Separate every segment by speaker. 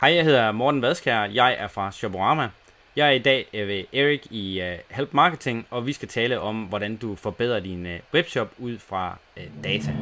Speaker 1: Hej, jeg hedder Morten Vadskjær. Jeg er fra Shopperama. Jeg er i dag ved Erik i Help Marketing, og vi skal tale om, hvordan du forbedrer din webshop ud fra data.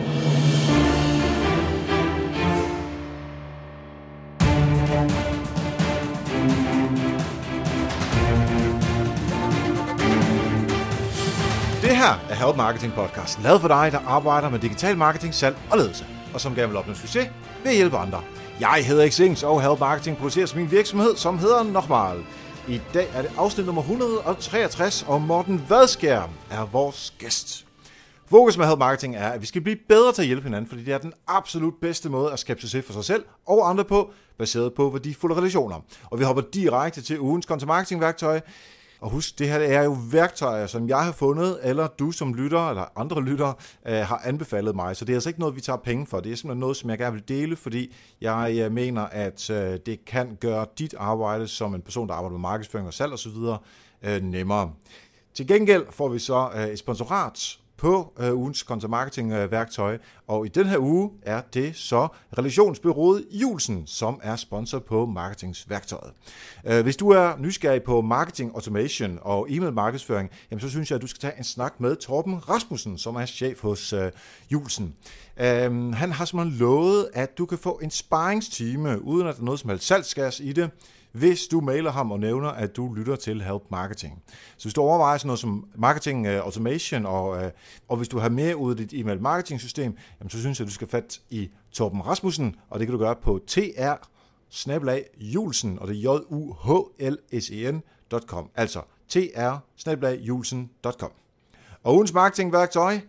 Speaker 2: Det her er Help Marketing Podcast, lavet for dig, der arbejder med digital marketing, salg og ledelse, og som gerne vil opnå succes ved at hjælpe andre. Jeg hedder Xings, og Help Marketing producerer min virksomhed, som hedder Nochmal. I dag er det afsnit nummer 163, og Morten Vadskjær er vores gæst. Fokus med Help Marketing er, at vi skal blive bedre til at hjælpe hinanden, fordi det er den absolut bedste måde at skabe succes for sig selv og andre på, baseret på værdifulde relationer. Og vi hopper direkte til ugens content marketing værktøj. Og husk, det her er jo værktøjer, som jeg har fundet, eller du som lytter, eller andre lyttere, har anbefalet mig. Så det er altså ikke noget, vi tager penge for. Det er simpelthen noget, som jeg gerne vil dele, fordi jeg mener, at det kan gøre dit arbejde som en person, der arbejder med markedsføring og salg osv. Nemmere. Til gengæld får vi så et sponsorat på ugens content marketing værktøj, og i den her uge er det så relationsbureauet Julesen, som er sponsor på marketingsværktøjet. Hvis du er nysgerrig på marketing automation og e-mail markedsføring, jamen så synes jeg, at du skal tage en snak med Torben Rasmussen, som er chef hos Julesen. Han har simpelthen lovet, at du kan få en sparringstime, uden at der er noget som helst salgsgas i det, hvis du mailer ham og nævner, at du lytter til Help Marketing. Så hvis du overvejer sådan noget som marketing automation, og hvis du har mere ud af dit e-mail marketing system, jamen, så synes jeg, at du skal fat i Torben Rasmussen, og det kan du gøre på tr@julesen, og det er juhlsen.com, altså tr@julsen.com. Og ugens marketingværktøj,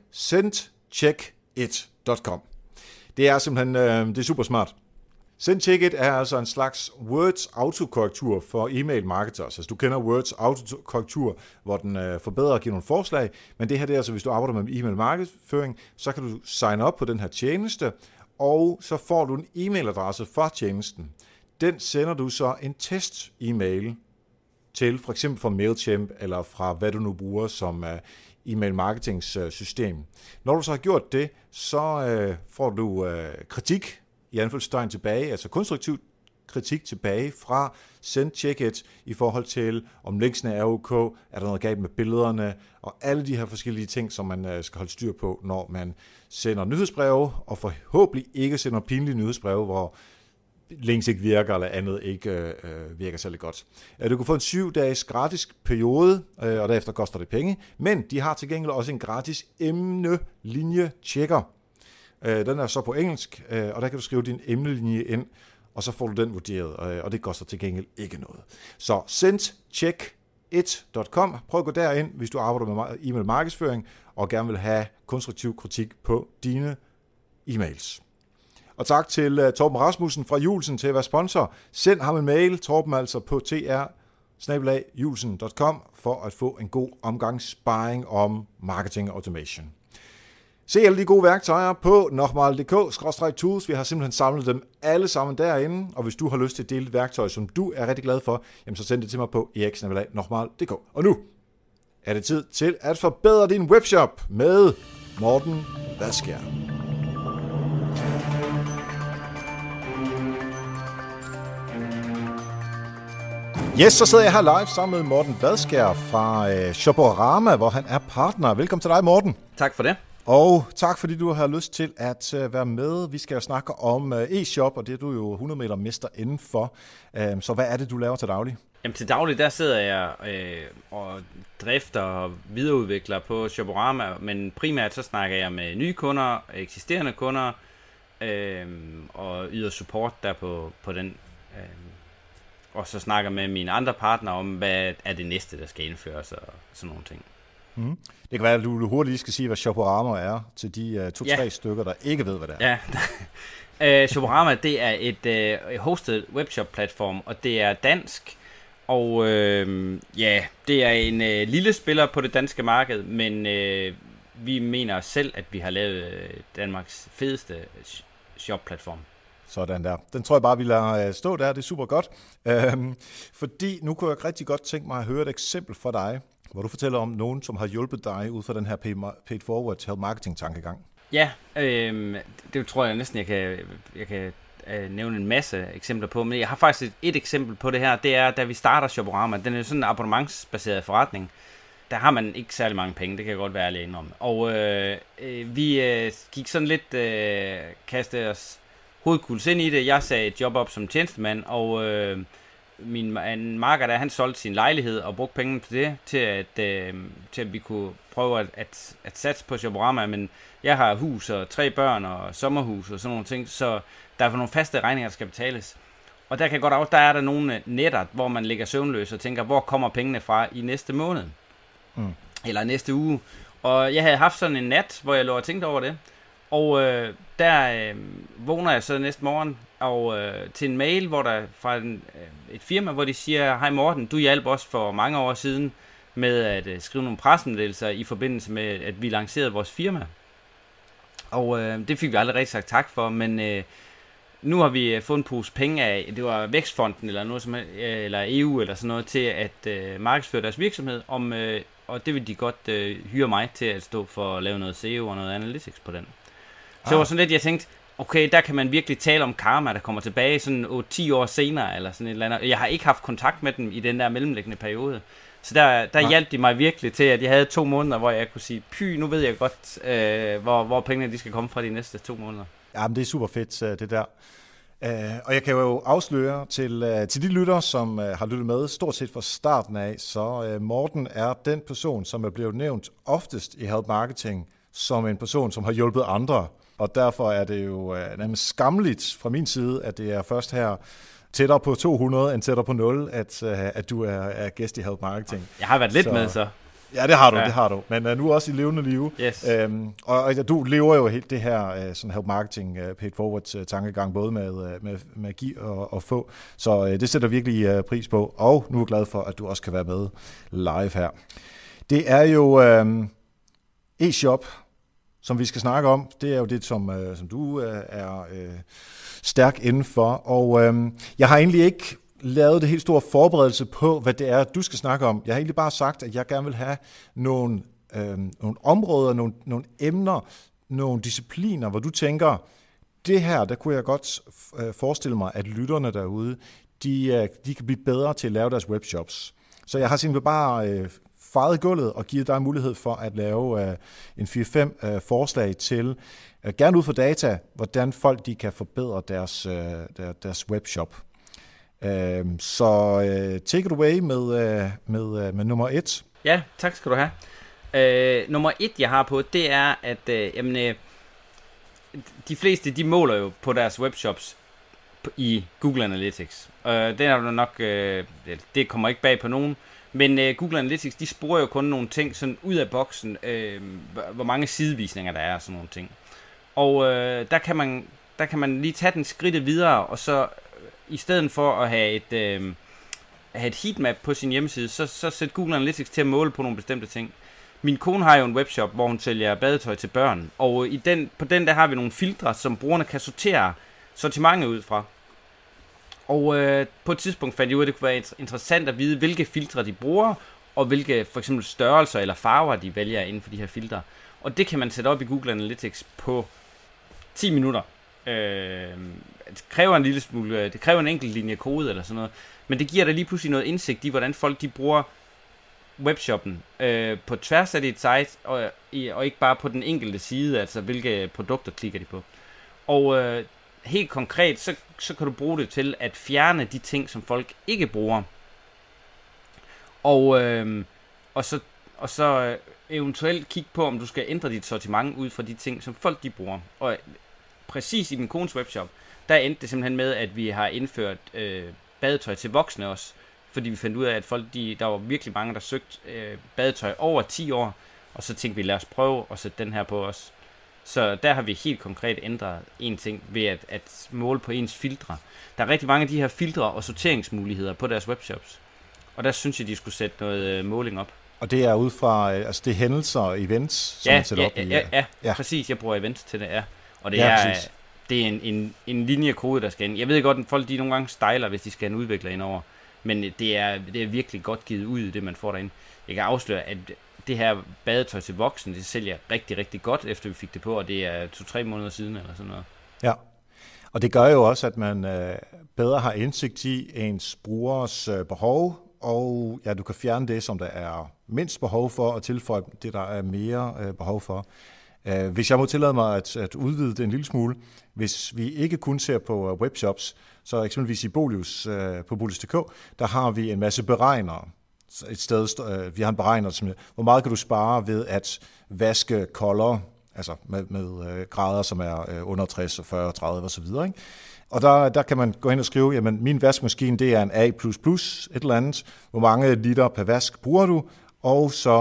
Speaker 2: sendcheckit.com. Det er simpelthen det er super smart. SendCheckIt er altså en slags Words autokorrektur for e-mail marketers. Altså du kender Words autokorrektur, hvor den forbedrer og giver nogle forslag, men det her det er altså, hvis du arbejder med e-mail markedsføring, så kan du sign op på den her tjeneste, og så får du en e-mailadresse fra tjenesten. Den sender du så en test-e-mail til, for eksempel fra MailChimp, eller fra hvad du nu bruger som e-mail marketingssystem. Når du så har gjort det, så får du kritik, i anførselstegn tilbage, altså konstruktiv kritik tilbage fra SendCheckIt i forhold til, om linksene er ok, er der noget galt med billederne, og alle de her forskellige ting, som man skal holde styr på, når man sender nyhedsbreve, og forhåbentlig ikke sender pinlige nyhedsbreve, hvor links ikke virker, eller andet ikke virker særlig godt. Du kan få en 7-dages gratis periode, og derefter koster det penge, men de har til gengæld også en gratis emnelinje-checker. Den er så på engelsk, og der kan du skrive din emnelinje ind, og så får du den vurderet, og det koster til gengæld ikke noget. Så sendcheckit.com. Prøv at gå derind, hvis du arbejder med e-mail markedsføring, og gerne vil have konstruktiv kritik på dine e-mails. Og tak til Torben Rasmussen fra Julesen til at være sponsor. Send ham en mail, Torben altså på tr@julsen.com, for at få en god omgang sparring om marketing automation. Se alle de gode værktøjer på nochmal.dk/tools. Vi har simpelthen samlet dem alle sammen derinde, og hvis du har lyst til at dele et værktøj, som du er rigtig glad for, jamen så send det til mig på erik@nochmal.dk. Og nu er det tid til at forbedre din webshop med Morten Vadskjær. Yes, så sidder jeg her live sammen med Morten Vadskjær fra Shopperama, hvor han er partner. Velkommen til dig, Morten.
Speaker 1: Tak for det.
Speaker 2: Og tak fordi du har lyst til at være med. Vi skal jo snakke om e-shop, og det er du jo 100 meter mester indenfor. Så hvad er det, du laver til daglig?
Speaker 1: Jamen til daglig, der sidder jeg og drifter og videreudvikler på Shopperama, men primært så snakker jeg med nye kunder, eksisterende kunder, og yder support der på den. Og så snakker med mine andre partnere om, hvad er det næste, der skal indføres og sådan nogle ting.
Speaker 2: Mm. Det kan være, at du hurtigt skal sige, hvad Shopperama er, til de 2-3 stykker, der ikke ved, hvad det er.
Speaker 1: Ja, Shopperama, det er et hosted webshop-platform, og det er dansk. Og det er en lille spiller på det danske marked, men vi mener selv, at vi har lavet Danmarks fedeste shop-platform.
Speaker 2: Sådan der. Den tror jeg bare, vi lader stå der. Det er super godt. Fordi nu kunne jeg rigtig godt tænke mig at høre et eksempel fra dig, hvor du fortæller om nogen, som har hjulpet dig ud fra den her paid forward til marketing tankegang.
Speaker 1: Ja, det tror jeg næsten, jeg kan nævne en masse eksempler på, men jeg har faktisk et eksempel på det her. Det er, da vi starter Shoporama. Den er sådan en abonnementsbaseret forretning. Der har man ikke særlig mange penge, det kan jeg godt være ærlig indrømme. Og vi gik sådan lidt, kastede os hovedkuls ind i det. Jeg sagde et job op som tjenestemand, og min makker der, han solgte sin lejlighed og brugte pengene på det, til at vi kunne prøve at satse på Shoporama. Men jeg har hus og 3 børn og sommerhus og sådan nogle ting, så der er nogle faste regninger, der skal betales. Og der kan godt af, der er der nogle netter, hvor man ligger søvnløs og tænker, hvor kommer pengene fra i næste måned? Eller næste uge. Og jeg havde haft sådan en nat, hvor jeg lå og tænkte over det. Og der vågner jeg så næste morgen og til en mail, hvor der fra et firma, hvor de siger, hej Morten, du hjalp os for mange år siden med at skrive nogle pressemeddelelser i forbindelse med, at vi lancerede vores firma. Og det fik vi aldrig rigtig sagt tak for, men nu har vi fået en pose penge af, det var Vækstfonden eller noget som eller EU eller sådan noget, til at markedsføre deres virksomhed, og det vil de godt hyre mig til at stå for at lave noget SEO og noget analytics på den. Så det var sådan lidt, jeg tænkte, okay, der kan man virkelig tale om karma, der kommer tilbage sådan 8-10 år senere, eller sådan et eller andet. Jeg har ikke haft kontakt med dem i den der mellemliggende periode. Så der hjalp de mig virkelig til, at jeg havde 2 måneder, hvor jeg kunne sige, nu ved jeg godt, hvor pengene de skal komme fra de næste 2 måneder.
Speaker 2: Jamen, det er super fedt, det der. Og jeg kan jo afsløre til de lyttere, som har lyttet med stort set fra starten af, så Morten er den person, som er blevet nævnt oftest i Help Marketing, som en person, som har hjulpet andre. Og derfor er det jo nærmest skamligt fra min side, at det er først her tættere på 200 end tættere på 0, at du er gæst i Help Marketing.
Speaker 1: Jeg har været lidt med så.
Speaker 2: Ja, det har du. Men nu også i levende live.
Speaker 1: Yes.
Speaker 2: Og du lever jo helt det her sådan Help Marketing paid forward tankegang, både med give og få. Så det sætter virkelig pris på. Og nu er jeg glad for, at du også kan være med live her. Det er jo e-shop, som vi skal snakke om. Det er jo det, som du er stærk indenfor. Og jeg har egentlig ikke lavet det helt store forberedelse på, hvad det er, du skal snakke om. Jeg har egentlig bare sagt, at jeg gerne vil have nogle områder, nogle emner, nogle discipliner, hvor du tænker, det her, der kunne jeg godt forestille mig, at lytterne derude, de kan blive bedre til at lave deres webshops. Så jeg har simpelthen bare fejet gulvet og givet dig mulighed for at lave en 4-5 forslag til, gerne ud fra data, hvordan folk de kan forbedre deres webshop. Så take it away med nummer 1.
Speaker 1: Ja, tak skal du have. Nummer 1, jeg har på, det er, at de fleste, de måler jo på deres webshops i Google Analytics. Det er jo nok, det kommer ikke bag på nogen, men Google Analytics, de sporer jo kun nogle ting sådan ud af boksen, hvor mange sidevisninger der er og sådan nogle ting. Og der kan man lige tage den skridtet videre, og så i stedet for at have et heatmap på sin hjemmeside, så sæt Google Analytics til at måle på nogle bestemte ting. Min kone har jo en webshop, hvor hun sælger badetøj til børn, og på den der har vi nogle filtre, som brugerne kan sortere sortimentet ud fra. Og på et tidspunkt fandt jeg ud af, at det kunne være interessant at vide, hvilke filtre de bruger, og hvilke for eksempel størrelser eller farver de vælger inden for de her filtre. Og det kan man sætte op i Google Analytics på 10 minutter. Det kræver en lille smule, det kræver en enkelt linje kode eller sådan noget, men det giver dig lige pludselig noget indsigt i, hvordan folk de bruger webshoppen på tværs af dit site, og ikke bare på den enkelte side, altså hvilke produkter klikker de på. Og helt konkret, så kan du bruge det til at fjerne de ting, som folk ikke bruger, og så eventuelt kigge på, om du skal ændre dit sortiment ud fra de ting, som folk de bruger. Og præcis i min kones webshop, der endte det simpelthen med, at vi har indført badetøj til voksne også, fordi vi fandt ud af, at folk, der var virkelig mange, der søgte badetøj over 10 år, og så tænkte vi, lad os prøve at sætte den her på os. Så der har vi helt konkret ændret en ting ved at måle på ens filtre. Der er rigtig mange af de her filtre og sorteringsmuligheder på deres webshops, og der synes jeg, de skulle sætte noget måling op. Og
Speaker 2: det er ud fra, altså det er hændelser og events, som man sætter op i?
Speaker 1: Ja, præcis. Jeg bruger events til det, ja. Og det er en linjekode, der skal ind. Jeg ved godt, at folk de nogle gange stejler, hvis de skal have en udvikler ind over. Men det er virkelig godt givet ud, det man får derinde. Jeg kan afsløre, at det her badetøj til voksen, det sælger rigtig, rigtig godt, efter vi fik det på, og det er 2-3 måneder siden eller sådan noget.
Speaker 2: Ja, Og det gør jo også, at man bedre har indsigt i ens brugers behov, og ja, du kan fjerne det, som der er mindst behov for, og tilføje det, der er mere behov for. Hvis jeg må tillade mig at udvide det en lille smule, hvis vi ikke kun ser på webshops, så eksempelvis i Bolius, på Bolius.dk, der har vi en masse beregnere. Et sted, vi har en beregner, som, hvor meget kan du spare ved at vaske kolder, altså med grader, som er under 60, 40, 30 osv., ikke? Og der kan man gå ind og skrive, jamen min vaskemaskine, det er en A++, et eller andet. Hvor mange liter per vask bruger du? Og så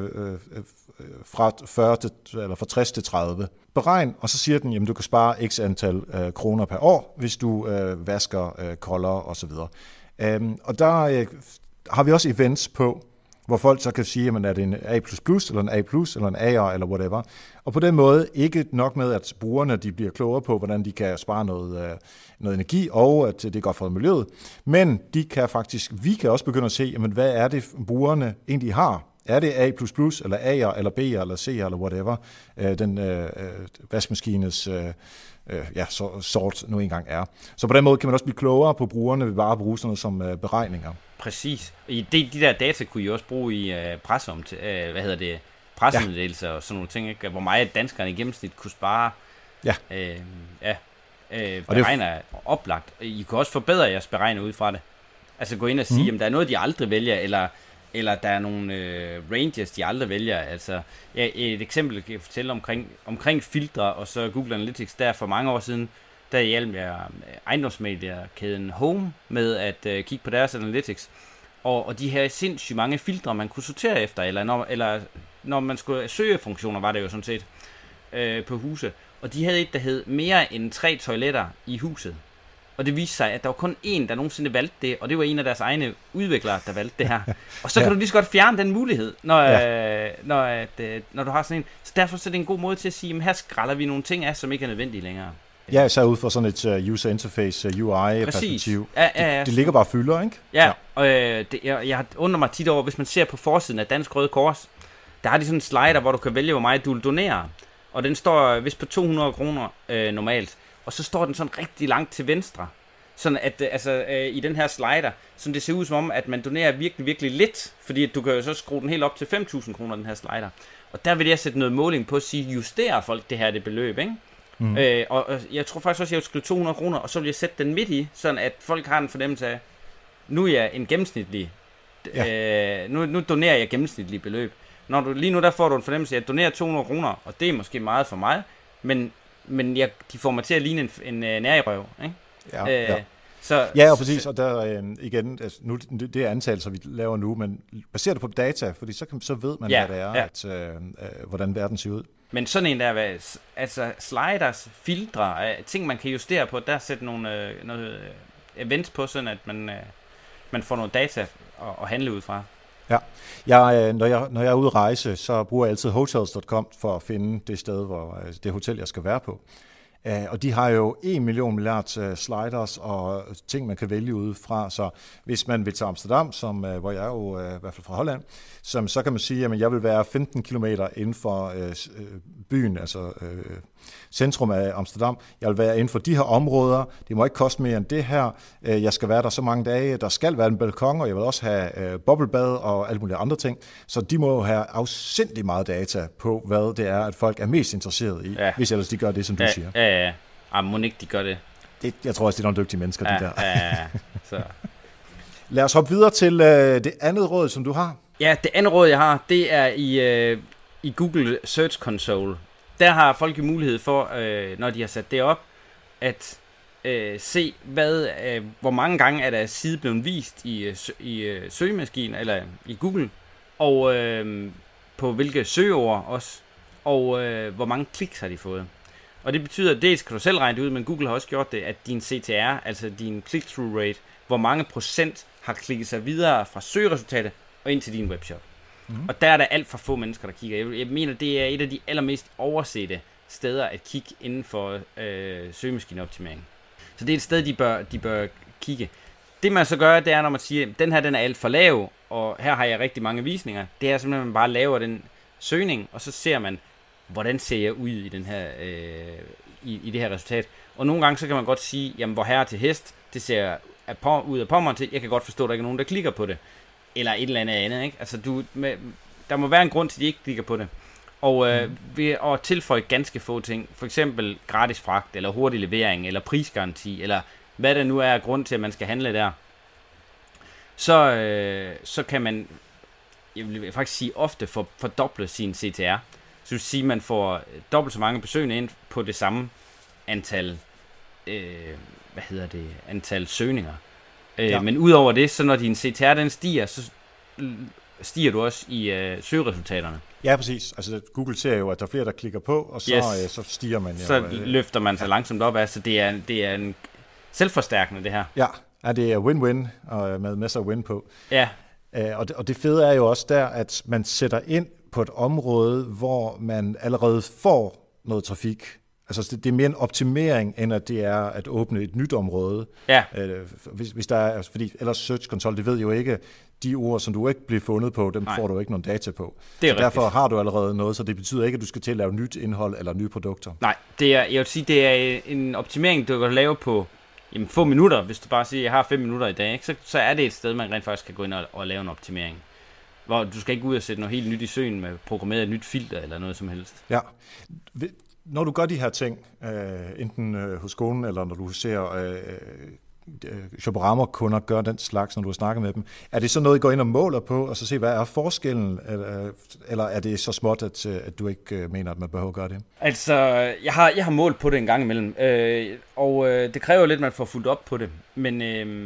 Speaker 2: fra 60 til 30. Beregn, og så siger den, jamen du kan spare x antal kroner per år, hvis du vasker kolder osv. Og der har vi også events på, hvor folk så kan sige, jamen er det en A++, eller en A+, eller en A'er, eller whatever. Og på den måde ikke nok med, at brugerne de bliver klogere på, hvordan de kan spare noget energi, og at det er godt for miljøet. Men vi kan også begynde at se, jamen hvad er det, brugerne egentlig har? Er det A++, eller A'er, eller B'er, eller C'er, eller whatever, den vaskemaskines sort nu engang er. Så på den måde kan man også blive klogere på brugerne ved bare at bruge sådan noget som beregninger.
Speaker 1: Præcis. De der data kunne I også bruge i pressemeddelelser og sådan nogle ting, ikke? Hvor meget danskerne i gennemsnit kunne spare. Beregner er oplagt. I kan også forbedre jeres beregner ud fra det. Altså gå ind og sige, om der er noget, de aldrig vælger, eller der er nogle ranges, de aldrig vælger. Altså, et eksempel kan jeg fortælle omkring filtre, og så Google Analytics, der for mange år siden, der hjalp jeg ejendomsmediekæden Home med at kigge på deres Analytics. Og de her sindssygt mange filtre, man kunne sortere efter, eller når man skulle søgefunktioner, var det jo sådan set, på huse. Og de havde et, der hed mere end 3 toiletter i huset. Og det viste sig, at der var kun én, der nogensinde valgte det, og det var en af deres egne udviklere, der valgte det her. Og så kan du lige så godt fjerne den mulighed, når du har sådan en. Så derfor så er det en god måde til at sige, at her skræller vi nogle ting af, som ikke er nødvendige længere.
Speaker 2: Ja, så ud fra sådan et user interface, UI-perspektiv. Det ligger bare og fylder, ikke?
Speaker 1: Ja, og jeg undrer mig tit over, hvis man ser på forsiden af Dansk Røde Kors, der har de sådan en slider, hvor du kan vælge, hvor meget du vil donere. Og den står vist på 200 kroner normalt. Og så står den sådan rigtig langt til venstre. Sådan at i den her slider, så det ser ud som om, at man donerer virkelig, virkelig lidt. Fordi at du kan jo så skrue den helt op til 5.000 kroner, den her slider. Og der vil jeg sætte noget måling på at sige, justerer folk det beløb, ikke? Og jeg tror faktisk også, at jeg vil skrive 200 kroner, og så vil jeg sætte den midt i, sådan at folk har en fornemmelse af, nu er jeg en gennemsnitlig, nu donerer jeg gennemsnitlig beløb. Lige nu der får du en fornemmelse af, at jeg donerer 200 kroner, og det er måske meget for mig, men de får mig til at ligne en nærrøv, ikke?
Speaker 2: Ja, og præcis, og der igen, altså, nu, det er antagelser, vi laver nu, men baserer det på data, fordi så ved man, hvad det er, hvordan verden ser ud. Men
Speaker 1: sådan en der, altså sliders, filtre, ting man kan justere på, der sætter noget events på, sådan at man får noget data at handle ud fra.
Speaker 2: Ja, når jeg er ude at rejse, så bruger jeg altid hotels.com for at finde det sted, hvor det hotel, jeg skal være på. Og de har jo 1 milliard sliders og ting, man kan vælge ud fra. Så hvis man vil til Amsterdam, hvor jeg er jo i hvert fald fra Holland, så kan man sige, at jeg vil være 15 kilometer inden for byen, altså centrum af Amsterdam. Jeg vil være inden for de her områder. Det må ikke koste mere end det her. Jeg skal være der så mange dage. Der skal være en balkon, og jeg vil også have boblebad og alle mulige andre ting. Så de må jo have afsindig meget data på, hvad det er, at folk er mest interesseret i, hvis ellers de gør det, som du siger.
Speaker 1: Ja. Må ikke de gør det?
Speaker 2: Jeg tror også, det er nogle dygtige mennesker, de der.
Speaker 1: Så.
Speaker 2: Lad os hoppe videre til det andet råd, som du har.
Speaker 1: Ja, det andet råd, jeg har, det er i Google Search Console. Der har folk jo mulighed for, når de har sat det op, at se, hvor mange gange er der side blevet vist i søgemaskinen, eller i Google, og på hvilke søgeord også, og hvor mange kliks har de fået. Og det betyder, at dels kan du selv regne det ud, men Google har også gjort det, at din CTR, altså din click-through rate, hvor mange procent har klikket sig videre fra søgeresultatet og ind til din webshop. Og der er der alt for få mennesker, der kigger. Jeg mener, det er et af de allermest oversete steder at kigge inden for søgemaskineoptimering. Så det er et sted, de bør kigge. Det man så gør, det er, når man siger, den her den er alt for lav, og her har jeg rigtig mange visninger. Det er simpelthen, at man bare laver den søgning, og så ser man, hvordan ser jeg ud i den her i det her resultat. Og nogle gange så kan man godt sige, jamen hvor herre til hest, det ser ud af pommeren til, jeg kan godt forstå, at der ikke er nogen, der klikker på det. Eller et eller andet, ikke? Altså der må være en grund til, at de ikke klikker på det. Og ved at tilføje ganske få ting, for eksempel gratis fragt, eller hurtig levering, eller prisgaranti, eller hvad der nu er grund til, at man skal handle der, så kan man, jeg vil faktisk sige, ofte fordoble sin CTR. Så vil sige, at man får dobbelt så mange besøgende ind på det samme antal, antal søgninger. Men udover det, så når din CTR den stiger, så stiger du også i søgeresultaterne.
Speaker 2: Ja, præcis. Altså Google ser jo, at der er flere, der klikker på, og så stiger man jo.
Speaker 1: Så løfter man sig langsomt op. Altså det er en selvforstærkende, det her.
Speaker 2: Ja, det er win-win, og med masser af win på.
Speaker 1: Ja.
Speaker 2: Og det fede er jo også der, at man sætter ind på et område, hvor man allerede får noget trafik. Altså det er mere en optimering, end at det er at åbne et nyt område.
Speaker 1: Ja.
Speaker 2: Hvis der er, fordi ellers Search Console, det ved jo ikke, de ord, som du ikke bliver fundet på, dem får du ikke nogen data på. Så derfor har du allerede noget, så det betyder ikke, at du skal til at lave nyt indhold eller nye produkter.
Speaker 1: Nej, jeg vil sige, det er en optimering, du kan lave på få minutter. Hvis du bare siger, at jeg har 5 minutter i dag, ikke? Så er det et sted, man rent faktisk kan gå ind og lave en optimering. Hvor du skal ikke ud og sætte noget helt nyt i søen med programmeret et nyt filter eller noget som helst.
Speaker 2: Ja. Når du gør de her ting, enten hos skolen, eller når du ser Shopperama-kunder gøre den slags, når du har snakket med dem, er det så noget, I går ind og måler på, og så se, hvad er forskellen, eller er det så småt, at du ikke mener, at man behøver at gøre det?
Speaker 1: Altså, jeg har målt på det en gang imellem, og det kræver lidt, at man får fuldt op på det, men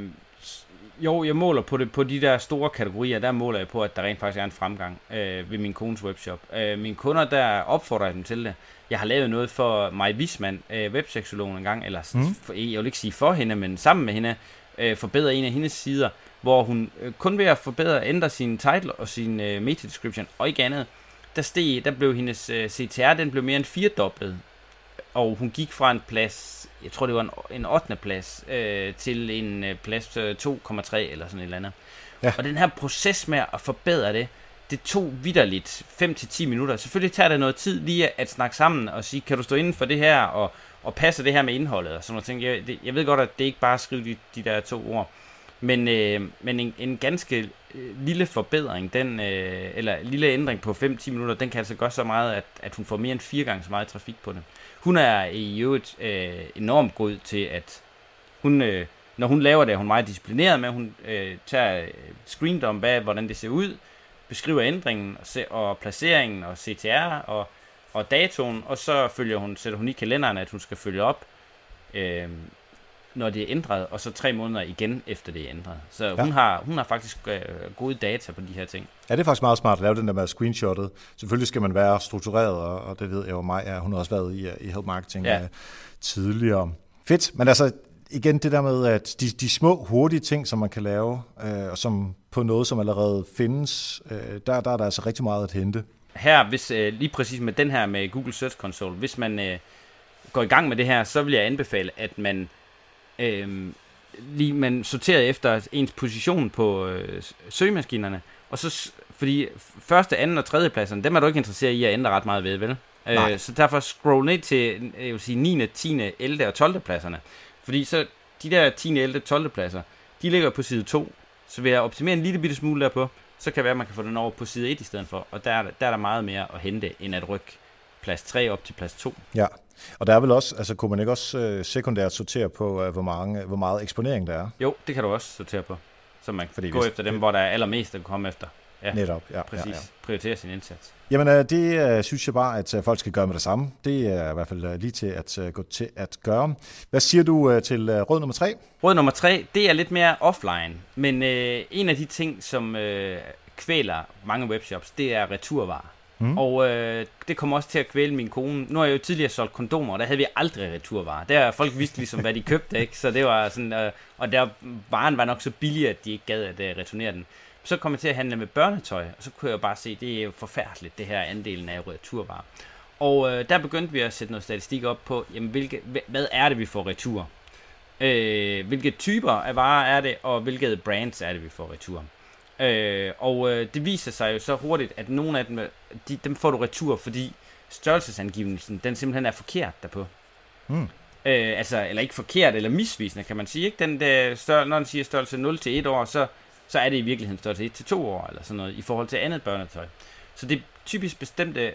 Speaker 1: jo, jeg måler på det på de der store kategorier, der måler jeg på, at der rent faktisk er en fremgang ved min kones webshop. Mine kunder, der opfordrer jeg dem til det. Jeg har lavet noget for Maja Wisman, webseksologen en gang, eller jeg vil ikke sige for hende, men sammen med hende, forbedre en af hendes sider, hvor hun kun ved at ændre sin title og sin meta-description, og ikke andet, der blev hendes CTR, den blev mere end 4-doblet, og hun gik fra en plads, jeg tror det var en 8. plads, til en plads 2,3 eller sådan et eller andet. Ja. Og den her proces med at forbedre det tog vitterligt 5-10 minutter. Selvfølgelig tager det noget tid lige at snakke sammen og sige, kan du stå inden for det her, og passe det her med indholdet og sådan noget ting. Jeg ved godt, at det ikke bare at skrive de der 2 ord, men en ganske lille forbedring, eller lille ændring på 5-10 minutter, den kan altså gøre så meget, at hun får mere end 4 gange så meget trafik på det. Hun er i øvrigt enormt god til, at hun, når hun laver det, er hun meget disciplineret med, hun tager screendom, hvordan det ser ud, beskriver ændringen og placeringen og CTR og datoen, og så sætter hun i kalenderen, at hun skal følge op, når det er ændret, og så 3 måneder igen efter det er ændret. Så hun har faktisk gode data på de her ting.
Speaker 2: Ja, det er faktisk meget smart at lave den der med screenshottet. Selvfølgelig skal man være struktureret, og det ved jeg jo mig, hun har også været i Help Marketing tidligere. Fedt, men altså igen det der med, at de små, hurtige ting, som man kan lave, og som på noget, som allerede findes, der er der altså rigtig meget at hente.
Speaker 1: Her, hvis lige præcis med den her med Google Search Console, hvis man går i gang med det her, så vil jeg anbefale, at man man sorterer efter ens position på søgemaskinerne, og så, fordi første, anden og tredje pladserne, dem er du ikke interesseret i at ændre ret meget ved, vel? Så derfor scroll ned til, jeg vil sige, 9., 10., 11. og 12. pladserne. Fordi så de der 10., 11., 12. pladser, de ligger på side 2. Så vil jeg optimere en lille bitte smule derpå, så kan det være, at man kan få den over på side 1 i stedet for. Og der er der meget mere at hente, end at rykke plads 3 op til plads 2. Ja,
Speaker 2: og der er vel også, altså kunne man ikke også sekundært sortere på, hvor meget eksponering der er?
Speaker 1: Jo, det kan du også sortere på. Så man kan gå efter dem, hvor der er allermest at komme efter.
Speaker 2: Ja, netop, ja.
Speaker 1: Præcis. Ja. Prioritere sin indsats.
Speaker 2: Jamen, det synes jeg bare, at folk skal gøre med det samme. Det er i hvert fald lige til at gå til at gøre. Hvad siger du til råd nummer 3?
Speaker 1: Råd nummer 3, det er lidt mere offline. Men en af de ting, som kvæler mange webshops, det er returvarer. Og det kommer også til at kvæle min kone. Nu har jeg jo tidligere solgt kondomer, og der havde vi aldrig returvarer. Der folk vidste ligesom, hvad de købte, ikke? Så det var sådan, og der varen var nok så billig, at de ikke gad at returnere den. Så kom jeg til at handle med børnetøj, og så kunne jeg jo bare se, det er jo forfærdeligt, det her andelen af returvarer. Og der begyndte vi at sætte noget statistik op på, jamen, hvad er det, vi får retur? Hvilke typer af varer er det, og hvilke brands er det, vi får retur? Og det viser sig jo så hurtigt, at nogle af dem får du retur, fordi størrelsesangivelsen, den simpelthen er forkert derpå. Altså, eller ikke forkert, eller misvisende, kan man sige. Ikke? Når den siger størrelse 0 til 1 år, så er det i virkeligheden størrelse 1 til 2 år, eller sådan noget, i forhold til andet børnetøj. Så det er typisk bestemte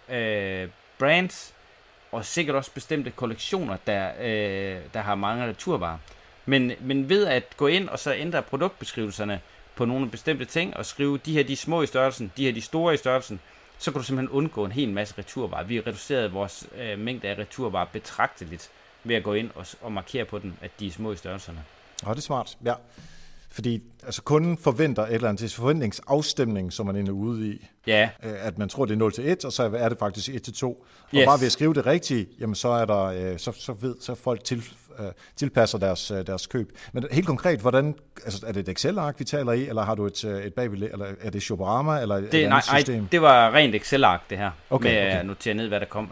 Speaker 1: brands, og sikkert også bestemte kollektioner, der har mange returvarer. Men ved at gå ind og så ændre produktbeskrivelserne på nogle bestemte ting, og skrive, de her de små i størrelsen, de her de store i størrelsen, så kan du simpelthen undgå en hel masse returvarer. Vi har reduceret vores mængde af returvarer betragteligt ved at gå ind og markere på dem, at de er små i størrelserne.
Speaker 2: Det er smart, ja. Fordi altså, kunden forventer et eller andet forventningsafstemning, som man er ude i.
Speaker 1: Ja.
Speaker 2: At man tror, det er 0 til 1, og så er det faktisk 1 til 2. Og
Speaker 1: Yes.
Speaker 2: bare ved at skrive det rigtigt, jamen, så er der, så folk tilpasser deres køb. Men helt konkret, hvordan, altså, er det et Excel-ark, vi taler i, eller har du et bagved, eller er det Shoporama, eller et andet system?
Speaker 1: Nej, det var rent Excel-ark, det her,
Speaker 2: okay.
Speaker 1: At notere ned, hvad der kom.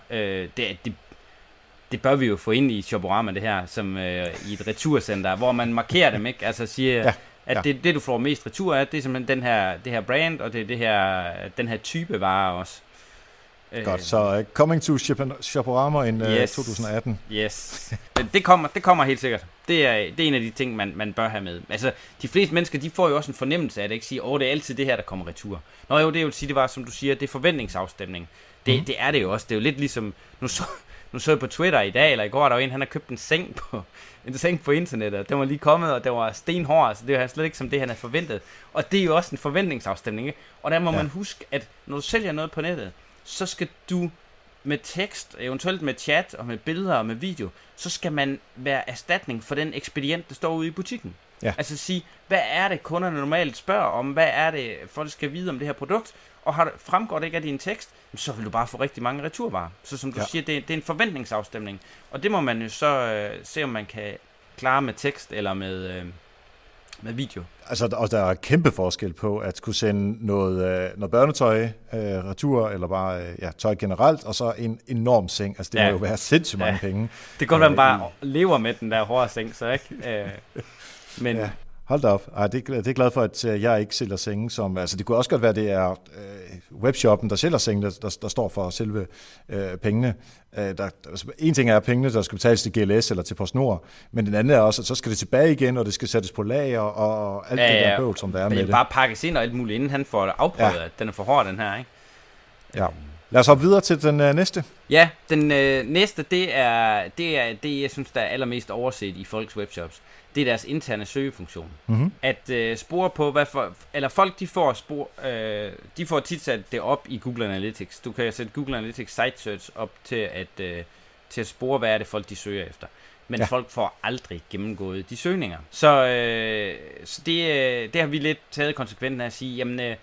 Speaker 1: Det bør vi jo få ind i Shoporama, det her, som i et returcenter, hvor man markerer dem, ikke? Altså siger, at det du får mest retur af, det er simpelthen det her brand, og det er den her type varer også.
Speaker 2: Godt, så coming to Shoporama in 2018.
Speaker 1: Yes, det kommer helt sikkert. Det er en af de ting, man bør have med. Altså, de fleste mennesker, de får jo også en fornemmelse af det, ikke? Sige, det er altid det her, der kommer retur. Nå jo, det vil sige, det var, som du siger, det er forventningsafstemning. Det er det jo også. Det er jo lidt ligesom, nu så jeg på Twitter i dag, eller i går, der var en, han har købt en seng på internettet, den var lige kommet, og den var stenhård, så det var slet ikke som det, han havde forventet. Og det er jo også en forventningsafstemning, ikke? Og der må man huske, at når du sælger noget på nettet, så skal du med tekst, eventuelt med chat og med billeder og med video, så skal man være erstatning for den ekspedient, der står ude i butikken. Ja. Altså sige, hvad er det, kunderne normalt spørger om? Hvad er det, folk skal vide om det her produkt? Og fremgår det ikke af din tekst, så vil du bare få rigtig mange returvarer. Så som du siger, det er en forventningsafstemning. Og det må man jo så se, om man kan klare med tekst eller med video.
Speaker 2: Altså, og der er kæmpe forskel på at kunne sende noget børnetøj retur, eller bare tøj generelt, og så en enorm seng. Altså, det må jo være sindssygt mange penge.
Speaker 1: Det kan godt være, man bare lever med den der hårde seng, så ikke? Men...
Speaker 2: Ja. Hold da op. Det er glad for, at jeg ikke sælger senge som... Altså, det kunne også godt være, det er webshoppen, der sælger senge, der står for selve pengene. En ting er pengene, der skal betales til GLS eller til PostNord, men den anden er også, at så skal det tilbage igen, og det skal sættes på lager, og alt det der bøvl, som der er med det.
Speaker 1: Det er bare pakkes ind og alt muligt, inden han får afprøvet, at den er for hård, den her, ikke?
Speaker 2: Ja. Lad os hoppe videre til den næste.
Speaker 1: Ja, den næste, det er det, jeg synes, der er allermest overset i folks webshops. Det er deres interne søgefunktion. Mm-hmm. At spore på, folk de får tit sat det op i Google Analytics. Du kan sætte Google Analytics Site Search op til at spore, hvad er det folk de søger efter. Men folk får aldrig gennemgået de søgninger. Så det har vi lidt taget konsekvensen af at sige, jamen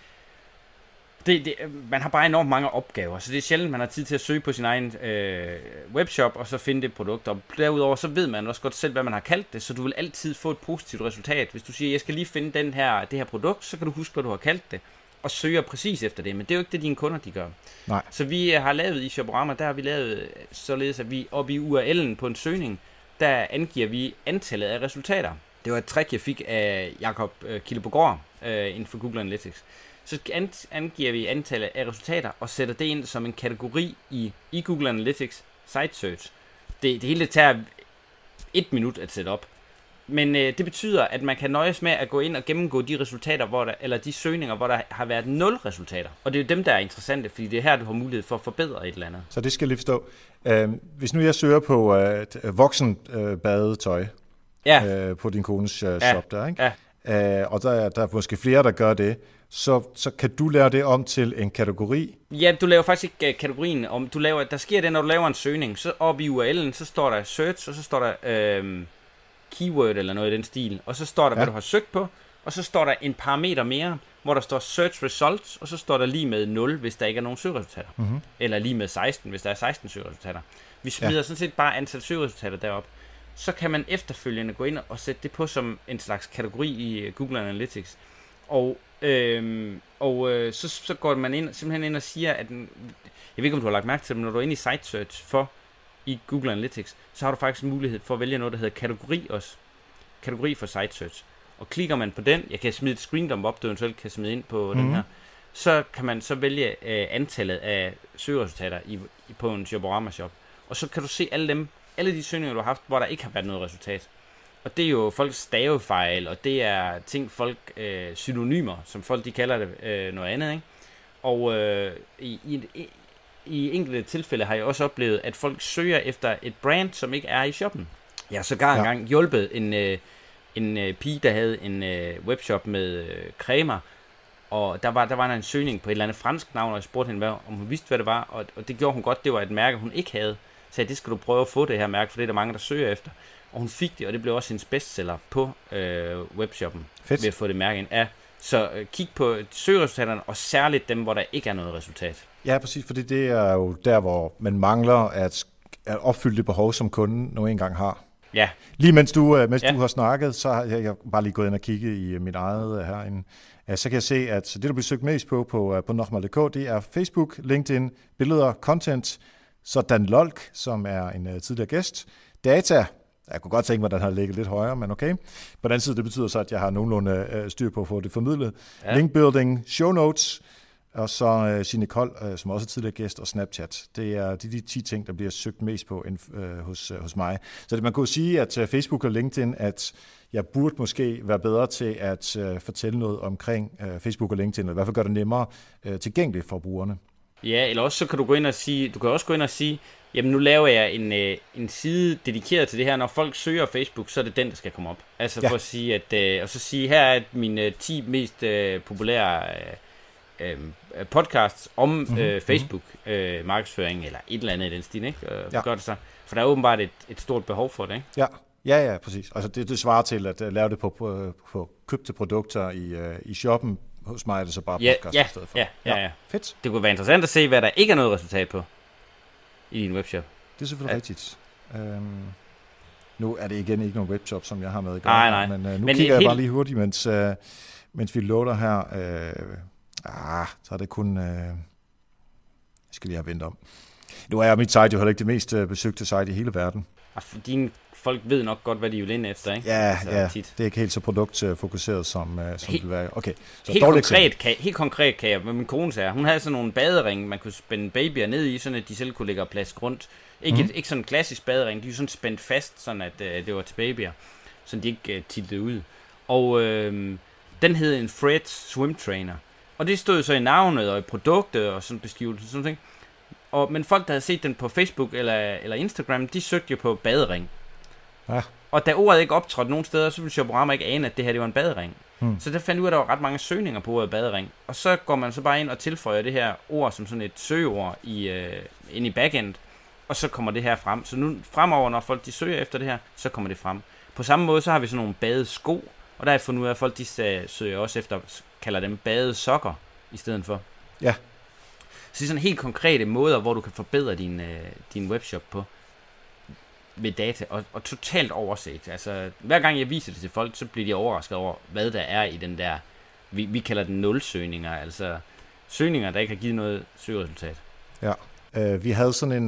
Speaker 1: man har bare enormt mange opgaver, så det er sjældent, man har tid til at søge på sin egen webshop, og så finde det produkt. Og derudover, så ved man også godt selv, hvad man har kaldt det, så du vil altid få et positivt resultat. Hvis du siger, jeg skal lige finde det her produkt, så kan du huske, hvad du har kaldt det, og søger præcis efter det. Men det er jo ikke det, dine kunder de gør.
Speaker 2: Nej.
Speaker 1: Så vi har lavet i Shoporama, der har vi lavet således, at vi oppe i URL'en på en søgning, der angiver vi antallet af resultater. Det var et trick, jeg fik af Jakob Kildebogård inden for Google Analytics. Så angiver vi antallet af resultater og sætter det ind som en kategori i Google Analytics Site Search. Det hele tager 1 minut at sætte op. Men det betyder, at man kan nøjes med at gå ind og gennemgå de resultater, eller de søgninger, hvor der har været 0 resultater. Og det er jo dem, der er interessante, fordi det er her, du har mulighed for at forbedre et eller andet.
Speaker 2: Så det skal jeg lige forstå. Hvis nu jeg søger på voksen badetøj på din kones shop der, ikke? Ja. Og der er måske flere, der gør det, så kan du lave det om til en kategori?
Speaker 1: Ja, du laver faktisk ikke kategorien om. Der sker det, når du laver en søgning. Så oppe i URL'en, så står der search, og så står der keyword eller noget i den stil. Og så står der, hvad du har søgt på. Og så står der en parameter mere, hvor der står search results, og så står der lige med 0, hvis der ikke er nogen søgeresultater. Mm-hmm. Eller lige med 16, hvis der er 16 søgeresultater. Vi smider sådan set bare antal søgeresultater derop. Så kan man efterfølgende gå ind og sætte det på som en slags kategori i Google Analytics. Og så går man simpelthen ind og siger, at jeg ved ikke, om du har lagt mærke til det, men når du er inde i Site Search i Google Analytics, så har du faktisk mulighed for at vælge noget, der hedder kategori også. Kategori for Site Search. Og klikker man på den, jeg kan smide et screendump op, du eventuelt kan smide ind på den her, så kan man så vælge antallet af søgeresultater på en Shoporama shop. Og så kan du se alle dem, alle de søgninger, du har haft, hvor der ikke har været noget resultat. Og det er jo folks stavefejl, og det er ting, folk synonymer, som folk de kalder det noget andet, ikke? Og i enkelte tilfælde har jeg også oplevet, at folk søger efter et brand, som ikke er i shoppen. Jeg har sågar engang hjulpet en pige, der havde en webshop med cremer, og der var en søgning på et eller andet fransk navn, og jeg spurgte hende, om hun vidste, hvad det var, og det gjorde hun godt. Det var et mærke, hun ikke havde. Så sagde, det skal du prøve at få, det her mærke, for det er der mange, der søger efter. Og hun fik det, og det blev også hendes bestseller på webshoppen.
Speaker 2: Fedt.
Speaker 1: Ved at få det mærke ind. Ja, så kig på søgeresultaterne, og særligt dem, hvor der ikke er noget resultat.
Speaker 2: Ja, præcis, fordi det er jo der, hvor man mangler at opfylde det behov, som kunden nu engang har.
Speaker 1: Ja.
Speaker 2: Lige mens du har snakket, så har jeg bare lige gået ind og kigget i mit eget herinde. Så kan jeg se, at det, der bliver søgt mest på Nochmal.dk, det er Facebook, LinkedIn, billeder, content, så Dan Lolk, som er en tidligere gæst, data. Jeg kunne godt tænke mig, at den har ligget lidt højere, men okay. På den anden side, det betyder så, at jeg har nogenlunde styr på at få det formidlet. Ja. Linkbuilding, show notes, og så Signe Kold, som også er tidligere gæst, og Snapchat. Det er de 10 ting, der bliver søgt mest på hos mig. Så man kunne sige, at Facebook og LinkedIn, at jeg burde måske være bedre til at fortælle noget omkring Facebook og LinkedIn, og i hvert fald gøre det nemmere tilgængeligt for brugerne. Ja,
Speaker 1: eller også så kan du gå ind og sige, jamen nu laver jeg en side dedikeret til det her. Når folk søger Facebook, så er det den, der skal komme op. Altså for at sige, og så sige, her er mine 10 mest populære podcasts om Facebook markedsføring, eller et eller andet i den stil, ikke? Gør det så. For der er åbenbart et stort behov for det, ikke?
Speaker 2: Ja, præcis. Altså det svarer til at lave det på købte produkter i shoppen. Hos mig er det så bare podcast i stedet for.
Speaker 1: Ja.
Speaker 2: Fedt.
Speaker 1: Det kunne være interessant at se, hvad der ikke er noget resultat på i din webshop.
Speaker 2: Det er selvfølgelig rigtigt. Nu er det igen ikke nogen webshop, som jeg har med.
Speaker 1: Nej.
Speaker 2: Men nu kigger jeg bare lige hurtigt, mens vi loader her. Så er det kun... jeg skal lige have vendt om. Nu er mit site jo heller ikke det mest besøgte site i hele verden.
Speaker 1: Dine folk ved nok godt, hvad de vil ind efter, ikke?
Speaker 2: Ja, det er ikke helt så produktfokuseret, som det vil være. Okay. Så
Speaker 1: helt konkret kan jeg, hvad min kone sagde, hun havde sådan nogle baderinge, man kunne spænde babyer ned i, sådan at de selv kunne ligge og plaske rundt. Ikke sådan en klassisk badering, de er sådan spændt fast, sådan at det var til babyer, så de ikke tiltede ud. Og den hed en Fred Swim Trainer. Og det stod så i navnet og i produktet og sådan beskrivelse, sådan ting. Men folk, der havde set den på Facebook eller Instagram, de søgte jo på badering. Ja. Og da ordet ikke optrådte nogen steder, så ville Shoporama ikke ane, at det her det var en badering. Så der fandt ud af, at der var ret mange søgninger på ordet badering. Og så går man så bare ind og tilføjer det her ord som sådan et søgeord ind i backend. Og så kommer det her frem. Så nu fremover, når folk de søger efter det her, så kommer det frem. På samme måde, så har vi sådan nogle badesko. Og der har jeg fundet ud af, at folk de søger også efter, kalder dem badesokker i stedet for.
Speaker 2: Ja.
Speaker 1: Så det er sådan helt konkrete måder, hvor du kan forbedre din webshop på. Med data, og totalt overset. Altså, hver gang jeg viser det til folk, så bliver de overrasket over, hvad der er i den der, vi kalder den nulsøgninger, altså søgninger, der ikke har givet noget søgeresultat. Ja,
Speaker 2: vi havde sådan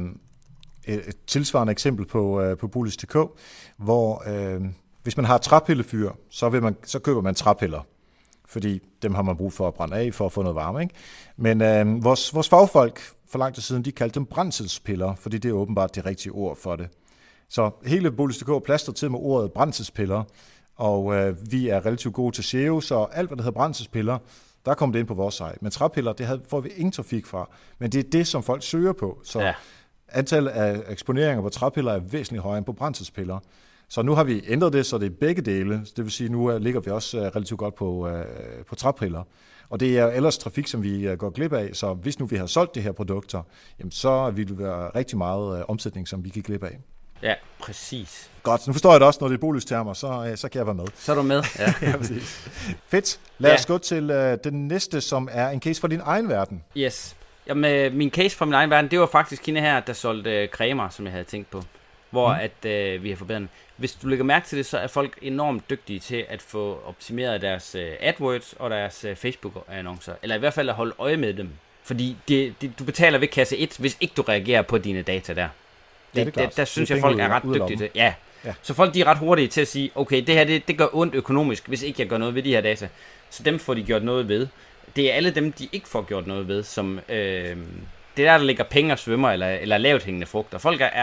Speaker 2: et tilsvarende eksempel på Bullish.dk, hvor hvis man har et træpillefyr, så køber man træpiller, fordi dem har man brug for at brænde af, for at få noget varme, ikke? Men vores fagfolk for lang tid siden, de kaldte dem brændselspiller, fordi det er åbenbart det rigtige ord for det. Så hele Bullish.dk plaster til med ordet brændselspiller, og vi er relativt gode til SEO, så alt, hvad der hedder brændselspiller, der kommer det ind på vores site. Men træpiller, det får vi ingen trafik fra, men det er det, som folk søger på. Så antallet af eksponeringer på træpiller er væsentligt højere end på brændselspiller. Så nu har vi ændret det, så det er begge dele. Det vil sige, at nu ligger vi også relativt godt på træpiller. Og det er ellers trafik, som vi går glip af. Så hvis nu vi har solgt de her produkter, jamen så vil det være rigtig meget omsætning, som vi gik glip af.
Speaker 1: Ja, præcis.
Speaker 2: Godt, nu forstår jeg det også, når det er Bolus-termer, så kan jeg være med.
Speaker 1: Så er du med. Ja,
Speaker 2: ja præcis. Fedt. Lad os gå til den næste, som er en case fra din egen verden.
Speaker 1: Yes. Jamen, min case fra min egen verden, det var faktisk hende her, der solgte cremer, som jeg havde tænkt på. Hvor at vi har forbedret. Hvis du lægger mærke til det, så er folk enormt dygtige til at få optimeret deres AdWords og deres Facebook-annoncer. Eller i hvert fald at holde øje med dem. Fordi du betaler ved kasse 1, hvis ikke du reagerer på dine data der. Der synes jeg, folk er ret dygtige til. Ja. Så folk de er ret hurtige til at sige, okay, det her det gør ondt økonomisk, hvis ikke jeg gør noget ved de her data. Så dem får de gjort noget ved. Det er alle dem, de ikke får gjort noget ved, som det der ligger penge og svømmer, eller lavt hængende frugter. Folk er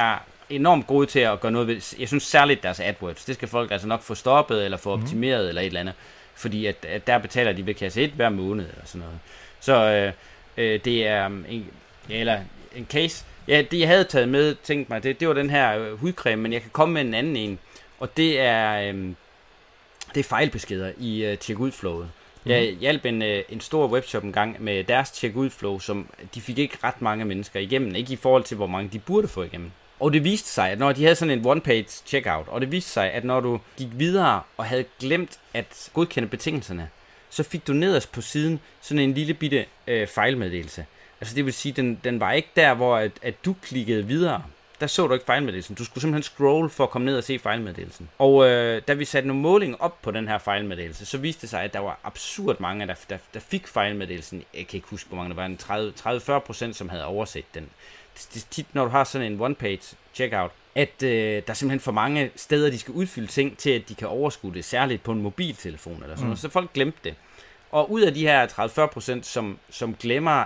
Speaker 1: enormt gode til at gøre noget ved. Jeg synes særligt deres AdWords. Det skal folk altså nok få stoppet, eller få optimeret, eller et eller andet. Fordi at der betaler de ved kasse 1 hver måned, eller sådan noget. Så det er en case. Ja, det jeg havde taget med, tænkte mig, det var den her hudcreme, men jeg kan komme med en anden en. Og det er fejlbeskeder i check-out-flowet. Jeg hjalp en stor webshop en gang med deres check-out-flow, som de fik ikke ret mange mennesker igennem, ikke i forhold til, hvor mange de burde få igennem. Og det viste sig, at når de havde sådan en one-page checkout, og det viste sig, at når du gik videre og havde glemt at godkende betingelserne, så fik du nederst på siden sådan en lille bitte fejlmeddelelse. Altså det vil sige, den var ikke der, hvor at du klikkede videre. Der så du ikke fejlmeddelelsen. Du skulle simpelthen scroll for at komme ned og se fejlmeddelelsen. Og da vi satte nogle måling op på den her fejlmeddelelse, så viste det sig, at der var absurd mange, der fik fejlmeddelelsen. Jeg kan ikke huske, hvor mange der var. 30-40%, som havde overset den. Det er tit, når du har sådan en one-page checkout, at der er simpelthen for mange steder, de skal udfylde ting til, at de kan overskue det, særligt på en mobiltelefon eller sådan noget. Så folk glemte det. Og ud af de her 30-40%, som glemmer